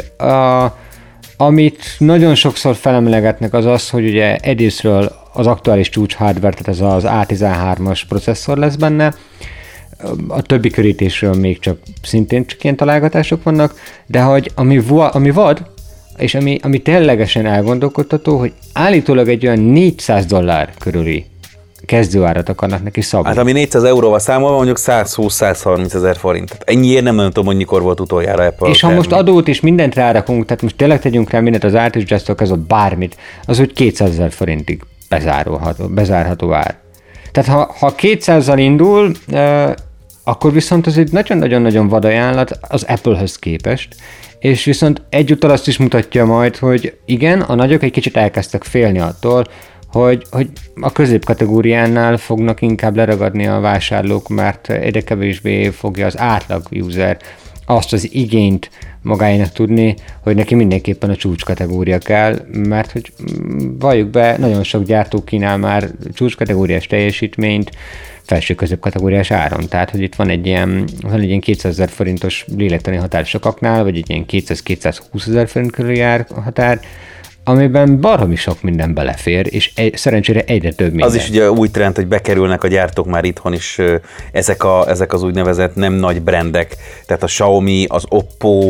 Amit nagyon sokszor felemlegetnek az az, hogy ugye egyrészről az aktuális csúcs hardware, tehát ez az A13-as processzor lesz benne, a többi körítésről még szintén csak ilyen találgatások vannak, de hogy ami vad, és ami ténylegesen elgondolkodtató, hogy állítólag egy olyan $400 körüli kezdőárat akarnak neki szabni. Hát ami 400 euróval számolva, mondjuk 120-130 ezer forint. Tehát ennyiért nem tudom, hogy mikor volt utoljára Apple. És ha most adót és mindent rárakunk, tehát most tényleg tegyünk rá mindent az árt és jazz-től kezdve bármit, az úgy 200 000 forintig bezárható ár. Tehát ha 200-zal indul, akkor viszont az egy nagyon-nagyon-nagyon vad ajánlat az Apple-höz képest, és viszont egyúttal azt is mutatja majd, hogy igen, a nagyok egy kicsit elkezdtek félni attól, hogy a középkategóriánál fognak inkább leragadni a vásárlók, mert egyre kevésbé fogja az átlag user azt az igényt magáénak tudni, hogy neki mindenképpen a csúcskategória kell, mert hogy valljuk be, nagyon sok gyártó kínál már csúcskategóriás teljesítményt felső középkategóriás áron. Tehát, hogy itt van egy ilyen 200 000 forintos lélektani határ sokaknál, vagy egy ilyen 200-220 000 forint körüli árhatár, amiben baromi sok minden belefér, és szerencsére egyre több minden. Az is ugye új trend, hogy bekerülnek a gyártók már itthon is ezek az úgynevezett nem nagy brandek, tehát a Xiaomi, az Oppo,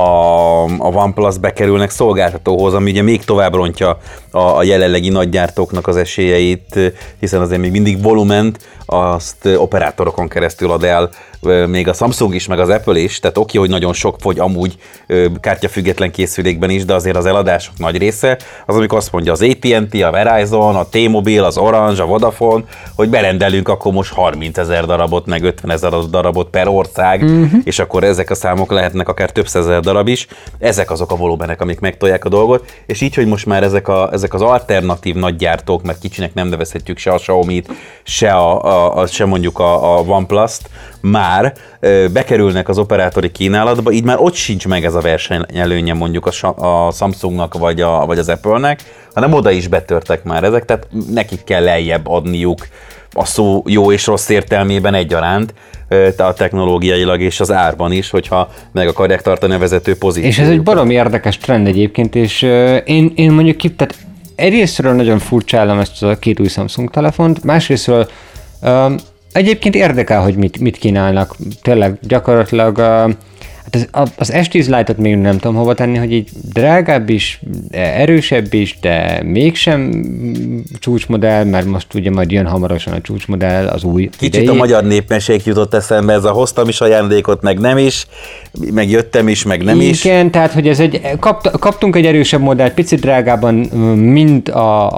a OnePlus bekerülnek szolgáltatóhoz, ami ugye még tovább rontja a jelenlegi nagy gyártóknak az esélyeit, hiszen azért még mindig volument azt operátorokon keresztül ad el, még a Samsung is, meg az Apple is, tehát oké, hogy nagyon sok fogy amúgy kártyafüggetlen készülékben is, de azért az eladások nagy része az, amikor azt mondja az AT&T, a Verizon, a T-Mobile, az Orange, a Vodafone, hogy berendelünk akkor most 30 000 darabot, meg 50 000 darabot per ország, és akkor ezek a számok lehetnek akár több százezer darab is. Ezek azok a volumenek, amik megtolják a dolgot, és így, hogy most már ezek az alternatív nagygyártók, mert kicsinek nem nevezhetjük se a Xiaomi-t, se mondjuk a OnePlus-t, már bekerülnek az operátori kínálatba, így már ott sincs meg ez a versenyelőnye mondjuk a Samsungnak vagy az Apple-nek, hanem oda is betörtek már ezek, tehát nekik kell lejjebb adniuk a szó jó és rossz értelmében egyaránt, a technológiailag és az árban is, hogyha meg akarják tartani a vezető pozíciót. És ez egy baromi érdekes trend egyébként, és én mondjuk tehát egyrésztről nagyon furcsálom ezt a két új Samsung telefont, másrésztről egyébként érdekel, hogy mit kínálnak. Tényleg gyakorlatilag az S10 Lite-ot még nem tudom hova tenni, hogy így drágább is, erősebb is, de mégsem csúcsmodell, mert most ugye majd jön hamarosan a csúcsmodell, az új Kicsit idei. a magyar népmesség jutott eszembe, ez a hoztam is ajándékot, meg nem is, meg jöttem is, meg nem is. Igen, tehát hogy ez kaptunk egy erősebb modellt, picit drágában, mint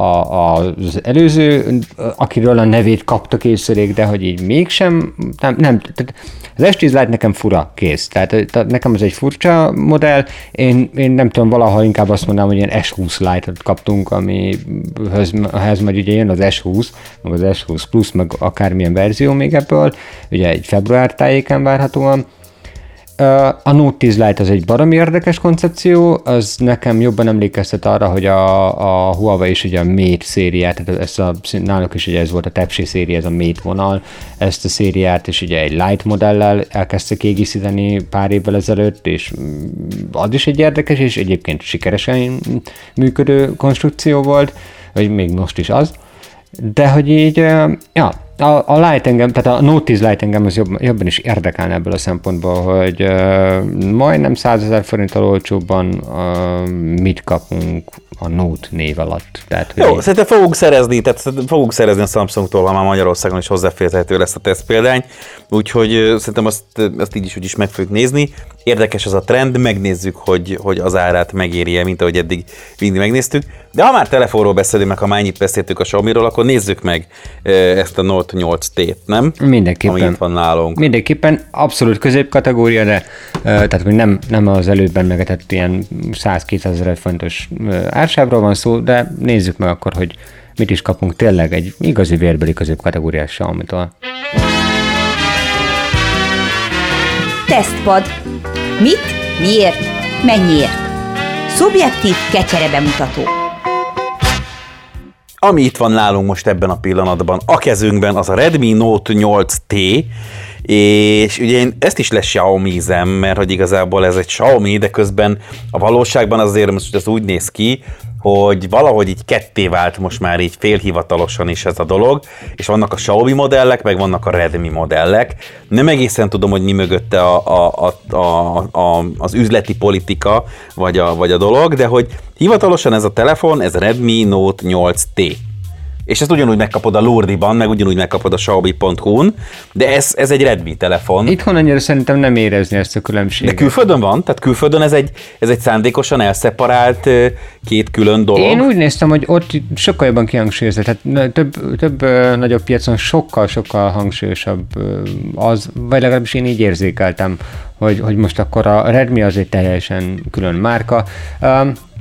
az előző, akiről a nevét kapta készülék, de hogy így mégsem, nem az S10 Lite nekem fura, kész. Tehát nekem ez egy furcsa modell, én nem tudom, valaha inkább azt mondanám, hogy ilyen S20 Lite-ot kaptunk, amihez majd ugye jön az S20, meg az S20 Plus, meg akármilyen verzió még ebből, ugye egy február tájékán várhatóan. A Note 10 Lite az egy baromi érdekes koncepció, az nekem jobban emlékeztet arra, hogy a Huawei is ugye a Mate szériát, tehát náluk is ugye ez volt a Tepsi széria, ez a Mate vonal, ezt a szériát és ugye egy Lite modellel elkezdte kiegészíteni pár évvel ezelőtt, és az is egy érdekes, és egyébként sikeresen működő konstrukció volt, vagy még most is az, de hogy így, a Lite engem, tehát a Note 10 Lite engem az jobban is érdekelne ebből a szempontból, hogy majdnem 100 000 forinttal olcsóbban mit kapunk a Note név alatt. Tehát, jó, szerintem fogunk szerezni a Samsungtól, ha már Magyarországon is hozzáférhető lesz a tesztpéldány, úgyhogy szerintem azt így is úgy is meg fogjuk nézni. Érdekes ez a trend, megnézzük, hogy az árát megéri-e, mint ahogy eddig mindig megnéztük. De ha már telefonról beszélünk, meg ha már ennyit beszéltük a Xiaomi-ról, akkor nézzük meg ezt a Note 8T-t, nem? Mindenképpen. Ami itt van nálunk. Mindenképpen abszolút középkategória, de tehát hogy nem az előbb emlegetett ilyen 100-200 000 fontos ársávról van szó, de nézzük meg akkor, hogy mit is kapunk tényleg egy igazi vérbeli középkategóriás Xiaomi-tól. Tesztpad. Mit, miért, mennyiért? Szubjektív kecsere bemutató. Ami itt van nálunk most ebben a pillanatban, a kezünkben, az a Redmi Note 8T, és ugye én ezt is Xiaomi-zem, mert hogy igazából ez egy Xiaomi, de közben a valóságban azért most ez úgy néz ki, hogy valahogy így ketté vált most már így félhivatalosan is ez a dolog, és vannak a Xiaomi modellek, meg vannak a Redmi modellek. Nem egészen tudom, hogy mi mögötte az üzleti politika, vagy a dolog, de hogy hivatalosan ez a telefon, ez Redmi Note 8T. És ezt ugyanúgy megkapod a Lurdiban, meg ugyanúgy megkapod a Xiaomi.hu-n, de ez egy Redmi telefon. Itthon annyira szerintem nem érezni ezt a különbséget. De külföldön van? Tehát külföldön ez egy szándékosan elszeparált két külön dolog? Én úgy néztem, hogy ott sokkal jobban kihangsúlyozza, tehát több nagyobb piacon sokkal hangsúlyosabb az, vagy legalábbis én így érzékeltem, hogy most akkor a Redmi az egy teljesen külön márka.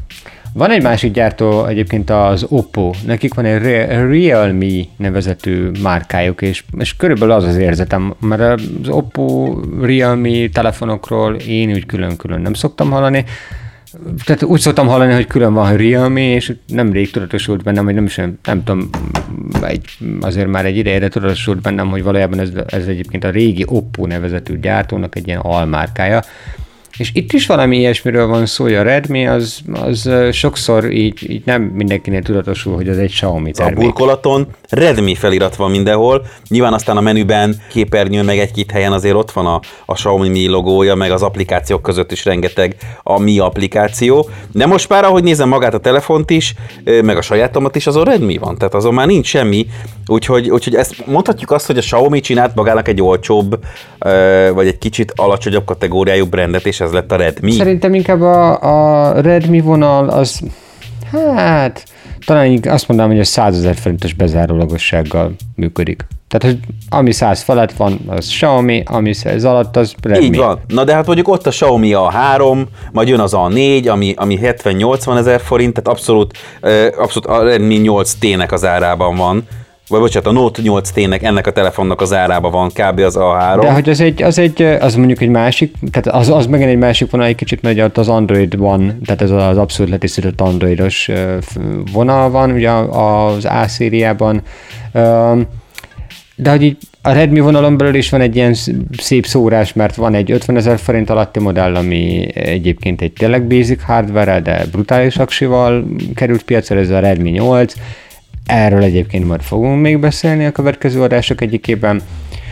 Van egy másik gyártó, egyébként az Oppo. Nekik van egy Realme nevezetű márkájuk, és körülbelül az érzetem, mert az Oppo Realme telefonokról én úgy külön-külön nem szoktam hallani. Tehát úgy szoktam hallani, hogy külön van Realme, és nemrég tudatosult bennem, hogy nem tudom, azért már egy ideje, de tudatosult bennem, hogy valójában ez egyébként a régi Oppo nevezetű gyártónak egy ilyen almárkája. És itt is valami ilyesmiről van szó, hogy a Redmi az sokszor így nem mindenkinél tudatosul, hogy az egy Xiaomi termék. A burkolaton Redmi felirat van mindenhol, nyilván aztán a menüben, képernyőn, meg egy-két helyen azért ott van a Xiaomi Mi logója, meg az applikációk között is rengeteg a Mi applikáció, de most már, ahogy nézem magát a telefont is, meg a sajátomat is, azon Redmi van, tehát azon már nincs semmi, úgyhogy ezt mondhatjuk azt, hogy a Xiaomi csinált magának egy olcsóbb, vagy egy kicsit alacsonyabb kategóriájú brandet, és ez lett a Redmi. Szerintem inkább a Redmi vonal az, hát talán azt mondanám, hogy a 100 000 forintos bezárólagossággal működik. Tehát, hogy ami 100 felett van, az Xiaomi, ami 100 alatt, az Redmi. Így van. Na de hát mondjuk ott a Xiaomi A3, majd jön az A4, ami 70-80 ezer forint, tehát abszolút a Redmi 8T-nek az árában van. Vagy bocsánat, a Note 8T-nek, ennek a telefonnak az árában van kb. Az A3. De hogy az mondjuk egy másik, tehát az megint egy másik vonal, egy kicsit nagy, ott az Android van, tehát ez az abszolút letisztított androidos vonal van, ugye az A szériában. De hogy így a Redmi vonalon belül is van egy ilyen szép szórás, mert van egy 50 000 forint alatti modell, ami egyébként egy tényleg basic hardware-rel, de brutális aksival került piacra, ez a Redmi 8. Erről egyébként majd fogunk még beszélni a következő adások egyikében.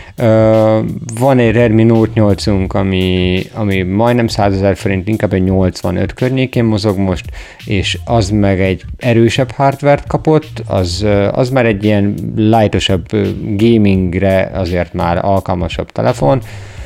Van egy Redmi Note 8-unk, ami majdnem 100 000 forint, inkább egy 85 környékén mozog most, és az meg egy erősebb hardware-t kapott, az már egy ilyen lightosabb gamingre azért már alkalmasabb telefon.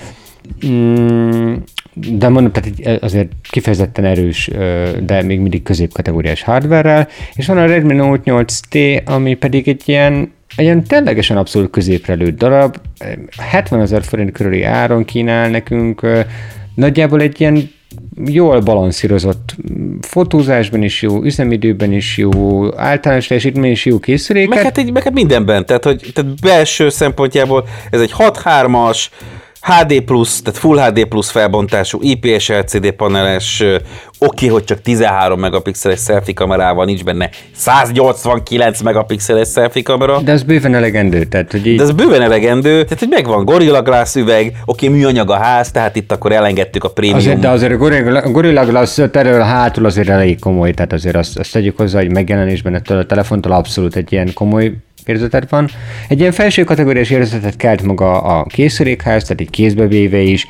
De mondom, tehát azért kifejezetten erős, de még mindig középkategóriás hardware-rel, és van a Redmi Note 8T, ami pedig egy ilyen ténylegesen abszolút középre lőtt darab, 70 000 forint körüli áron kínál nekünk, nagyjából egy ilyen jól balanszírozott fotózásban is jó, üzemidőben is jó, általános teljesítmény is jó készüléket. Meg hát mindenben, tehát belső szempontjából ez egy 6.3-as, HD+, tehát Full HD+ felbontású, IPS LCD paneles, oké, hogy csak 13 megapixeles selfie kamerával, nincs benne 189 megapixeles selfie kamera. De ez bőven elegendő, tehát hogy így... De ez bőven elegendő, tehát hogy megvan Gorilla Glass üveg, oké, műanyag a ház, tehát itt akkor elengedtük a prémium. De azért a Gorilla Glass terül hátul azért elég komoly, tehát azért azt tegyük hozzá, hogy megjelenésben ettől a telefontól abszolút egy ilyen komoly érzetet van. Egy ilyen felső kategóriás érzetet kelt maga a készülékház, tehát egy kézbe véve is,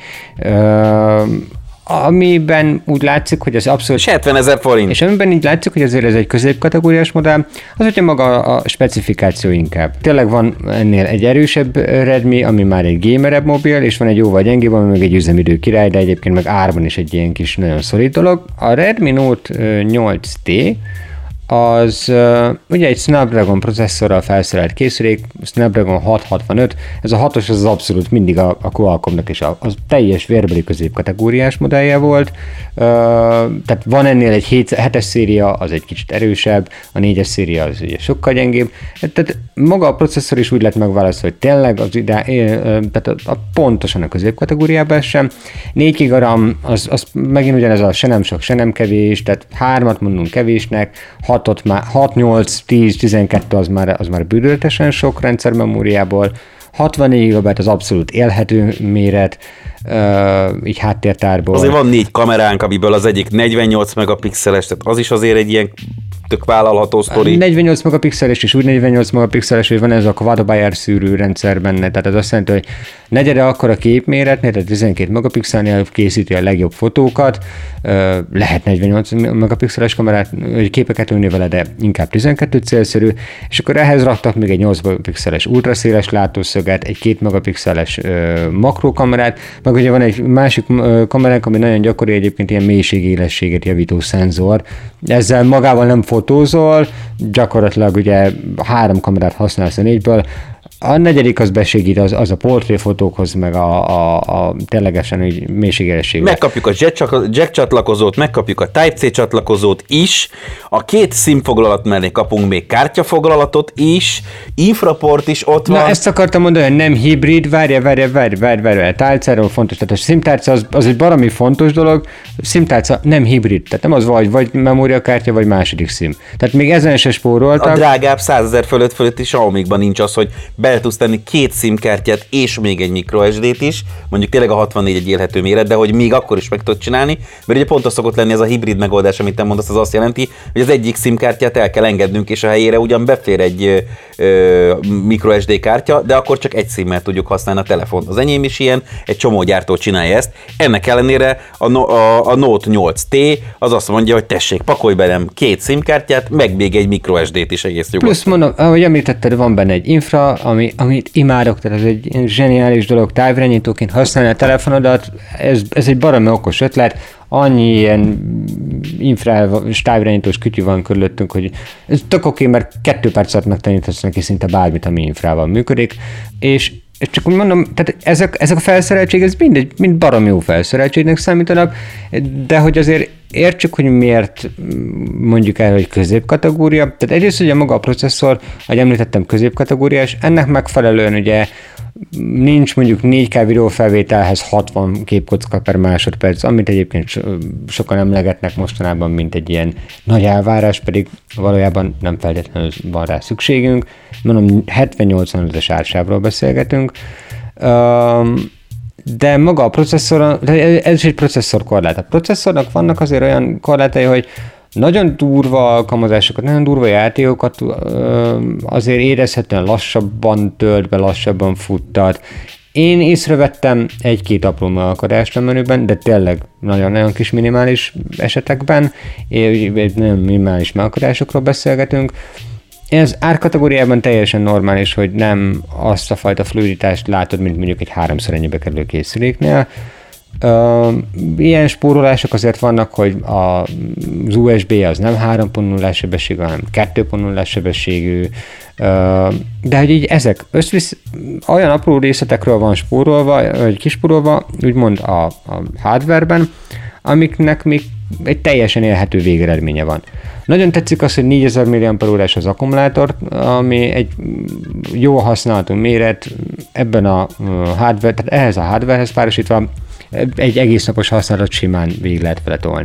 amiben úgy látszik, hogy ez abszolút... 70 000 forint. És amiben így látszik, hogy azért ez egy középkategóriás modell, az, hogyha maga a specifikáció inkább. Tényleg van ennél egy erősebb Redmi, ami már egy gamerebb mobil, és van egy jóval gyengébb, ami meg egy üzemidő király, de egyébként meg árban is egy ilyen kis nagyon szolid dolog. A Redmi Note 8T az ugye egy Snapdragon processzorral felszerelt készülék, Snapdragon 665, ez a 6-os az abszolút mindig a Qualcommnak is az teljes vérbeli középkategóriás modellje volt, tehát van ennél egy 7-es széria, az egy kicsit erősebb, a 4-es széria az ugye sokkal gyengébb, tehát maga a processzor is úgy lett megválasztva, hogy tényleg tehát pontosan a középkategóriában sem. 4 GB RAM, az megint ugyanez a se nem sok, se nem kevés, tehát 3-at mondunk kevésnek, 6, 8, 10, 12 az már bődöltesen sok rendszermemóriából, 64 GB az abszolút élhető méret, így háttértárból. Azért van 4 kameránk, amiből az egyik 48 megapixeles, tehát az is azért egy ilyen tök vállalható sztori. 48 megapixeles és úgy 48 megapixeles, hogy van ez a quad-buyer szűrő rendszer benne, tehát ez azt jelenti, hogy negyede akkora képméretnél, tehát 12 megapixelnél készíti a legjobb fotókat, lehet 48 megapixeles kamerát, képeket ülni vele, de inkább 12 célszerű, és akkor ehhez raktak még egy 8 megapixeles ultraszéles látószöget, egy 2 megapixeles makrokamerát, meg ugye van egy másik kameránk, ami nagyon gyakori egyébként ilyen mélységélességet javító szenzor. Ezzel magával nem fotózol, gyakorlatilag ugye 3 kamerát használsz a 4-ből, A negyedik az besegít, az a portréfotókhoz, meg a ténylegesen mélységélességre. Megkapjuk a jack csatlakozót, megkapjuk a Type-C csatlakozót is, a 2 SIM-foglalt mellé kapunk még kártyafoglalatot is, infraport is ott van. Na, ezt akartam mondani, hogy nem hibrid, várj, tálcáról fontos, tehát a SIM-tárca az egy baromi fontos dolog, SIM-tárca nem hibrid, tehát nem az vagy memóriakártya, vagy második SIM. Tehát még ezen se spóroltak. A drágább 100 000 fölötti Xiaomi-ban nincs az, hogy bele tudsz tenni 2 SIM-kártyát és még egy microSD-t is, mondjuk tényleg a 64 egy élhető méret, de hogy még akkor is meg tudod csinálni, mert ugye pont az szokott lenni ez a hibrid megoldás, amit te mondasz, az azt jelenti, hogy az egyik SIM-kártyát el kell engednünk, és a helyére ugyan befér egy microSD kártya, de akkor csak egy SIM-mel tudjuk használni a telefont. Az enyém is ilyen, egy csomó gyártó csinálja ezt. Ennek ellenére a Note 8T az azt mondja, hogy tessék, pakolj belem 2 SIM-kártyát, meg még egy microSD-t is egész nyugodtan. Plusz mondom, ahogy említetted, van benne egy infra, amit imádok, tehát ez egy zseniális dolog, távirányítóként használni a telefonodat, ez egy baromi okos ötlet, annyi ilyen infrás távirányítós kütyű van körülöttünk, hogy ez tök oké, mert 2 perc alatt megtaníthatsz neki szinte bármit, ami infrával működik, és csak úgy mondom, tehát ezek a felszereltség, ez mind baromi jó felszereltségnek számítanak, de hogy azért értsük, hogy miért mondjuk el, hogy középkategória. Tehát egyrészt ugye maga a processzor, ahogy említettem, középkategóriás, ennek megfelelően ugye nincs mondjuk 4K videófelvételhez 60 képkocka per másodperc, amit egyébként sokan emlegetnek mostanában, mint egy ilyen nagy elvárás, pedig valójában nem feltétlenül van rá szükségünk. Mondom, 70-80-es ársávról beszélgetünk, de maga a processzor, ez is egy processzor korlát. A processzornak vannak azért olyan korlátai, hogy nagyon durva alkalmazásokat, nagyon durva játékokat azért érezhetően lassabban tölt be, lassabban futtat. Én észrevettem egy-két apró megakadást a menüben, de tényleg nagyon-nagyon kis minimális esetekben, nagyon minimális megakadásokról beszélgetünk. Ez árkategóriában teljesen normális, hogy nem azt a fajta fluiditást látod, mint mondjuk egy 3-szor ennyibe kerülő készüléknél. Ilyen spórolások azért vannak, hogy az USB az nem 3.0-as sebességű, hanem 2.0-as sebességű, de hogy így ezek olyan apró részletekről van spórolva, vagy kispórolva, úgymond a hardwareben, amiknek még egy teljesen élhető végeredménye van. Nagyon tetszik az, hogy 4000 mAh az akkumulátor, ami egy jó használható méret, ebben a hardware, tehát ehhez a hardwarehez párosítva egy egész napos használat simán végig lehet vele tolni.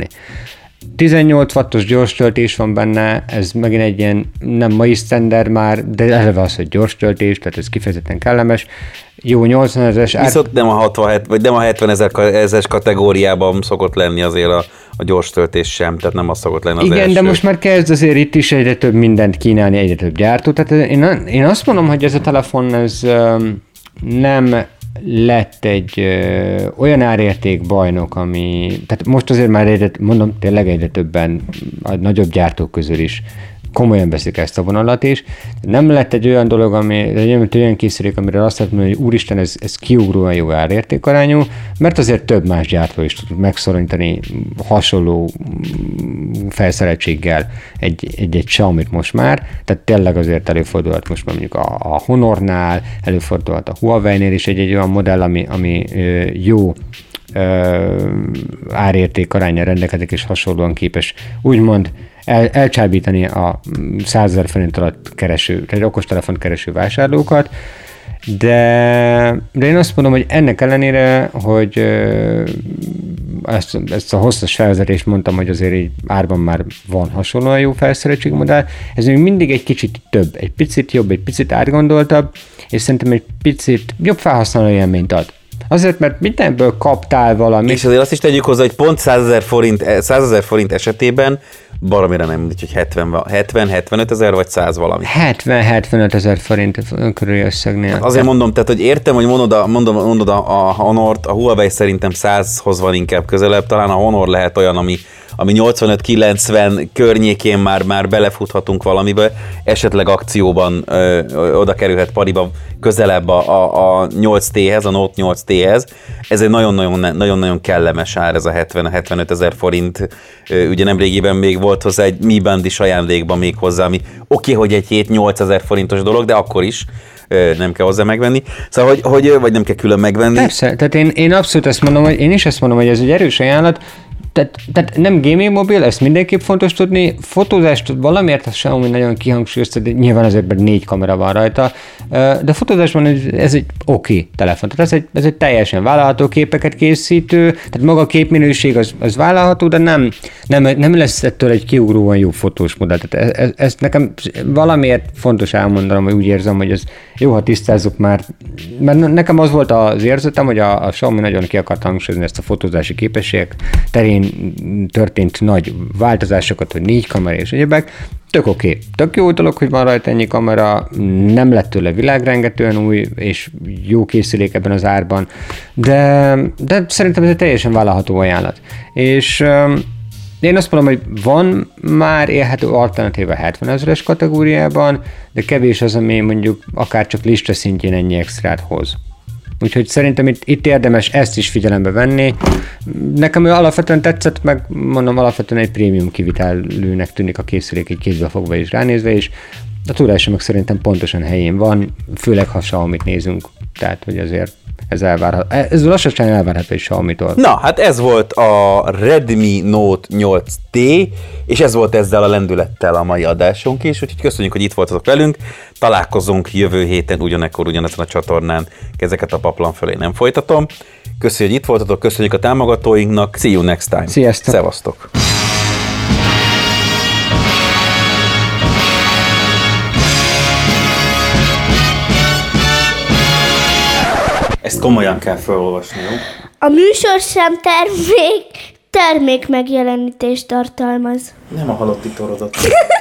18 wattos gyors töltés van benne, ez megint egy ilyen nem mai standard már, de eleve az, hogy gyors töltés, tehát ez kifejezetten kellemes. Jó 80 ezeres viszont nem a 67, vagy nem a 70 ezres kategóriában szokott lenni azért a gyors töltés sem, tehát nem az szokott lenni az igen, első. de most már kezd azért itt is egyre több mindent kínálni, egyre több gyártó. Tehát én azt mondom, hogy ez a telefon ez nem lett egy olyan árérték bajnok, ami, tehát most azért már tényleg egyre többen a nagyobb gyártók közül is komolyan veszik ezt a vonalat is. Nem lett egy olyan dolog, egy olyan készülék, amire azt lehet mondani, hogy úristen, ez kiugróan jó árértékarányú, mert azért több más gyártó is tud megszorítani hasonló felszereltséggel egy Xiaomit most már, tehát tényleg azért előfordulhat most már mondjuk a Honornál, előfordulhat a Huawei-nél is egy olyan modell, ami jó árérték aránnyal rendelkezik, és hasonlóan képes úgymond elcsábítani a 100 000 forint alatt kereső, tehát okostelefont kereső vásárlókat, de én azt mondom, hogy ennek ellenére, hogy ezt a hosszas felvezetést mondtam, hogy azért így árban már van hasonlóan jó felszereltségmodell, ez még mindig egy kicsit több, egy picit jobb, egy picit átgondoltabb, és szerintem egy picit jobb felhasználó élményt ad. Azért, mert mindenből kaptál valamit. És azért azt is tegyük hozzá, hogy pont 100 000 forint esetében baromira nem mindegy, hogy 70-75 ezer vagy 100 valami. 70-75 ezer forint körüli összegnél. Hát azért mondom, tehát, hogy értem, hogy mondod a Honort, a Huawei szerintem 100-hoz van inkább közelebb, talán a Honor lehet olyan, ami 85-90 környékén már belefuthatunk valamibe, esetleg akcióban oda kerülhet pariba közelebb a 8T-hez, a Note 8T-hez. Ez egy nagyon-nagyon kellemes ár, ez a 70-75 ezer forint. Ugye nemrégiben még volt hozzá egy Mi Band is ajándékban még hozzá, ami oké, hogy egy 7-8 ezer forintos dolog, de akkor is nem kell hozzá megvenni. Szóval, vagy nem kell külön megvenni. Persze, tehát én abszolút ezt mondom, hogy én is ezt mondom, hogy ez egy erős ajánlat. Tehát nem gaming mobil, ezt mindenképp fontos tudni. Fotózást valamiért a Xiaomi nagyon kihangsúlyozta, de nyilván azért 4 kamera van rajta, de fotózásban ez egy oké telefon. Tehát ez egy teljesen vállalható képeket készítő, tehát maga a képminőség az vállalható, de nem lesz ettől egy kiugróan jó fotós modell. Tehát ez nekem valamiért fontos elmondanom, hogy úgy érzem, hogy ez jó, ha tisztázzuk már, mert nekem az volt az érzetem, hogy a Xiaomi nagyon ki akart hangsúlyozni ezt a fotózási képességek terén történt nagy változásokat, hogy 4 kamera és egyébek. Tök oké. Tök jó dolog, hogy van rajta ennyi kamera, nem lett tőle világrengetően új és jó készülék ebben az árban, de szerintem ez egy teljesen vállalható ajánlat. És én azt mondom, hogy van már élhető alternatíva 70 ezeres kategóriában, de kevés az, ami mondjuk akár csak lista szintjén ennyi extrát hoz. Úgyhogy szerintem itt érdemes ezt is figyelembe venni. Nekem ő alapvetően tetszett, meg mondom, alapvetően egy prémium kivitelűnek tűnik a készülék, egy kézbe fogva és ránézve is. A tudása meg szerintem pontosan helyén van, főleg ha Xiaomit nézünk. Tehát, hogy azért ez elvárható. Ez lassan elvárható is Xiaomitól. Na, hát ez volt a Redmi Note 8T, és ez volt ezzel a lendülettel a mai adásunk is, úgyhogy köszönjük, hogy itt voltatok velünk. Találkozunk jövő héten ugyanekkor ugyanezen a csatornán. Ezeket a paplan fölé nem folytatom. Köszönjük, hogy itt voltatok, köszönjük a támogatóinknak. See you next time. Sziasztok! Szevasztok! Ezt komolyan kell felolvasni, jó? A műsor sem termék megjelenítést tartalmaz. Nem a halotti torodat.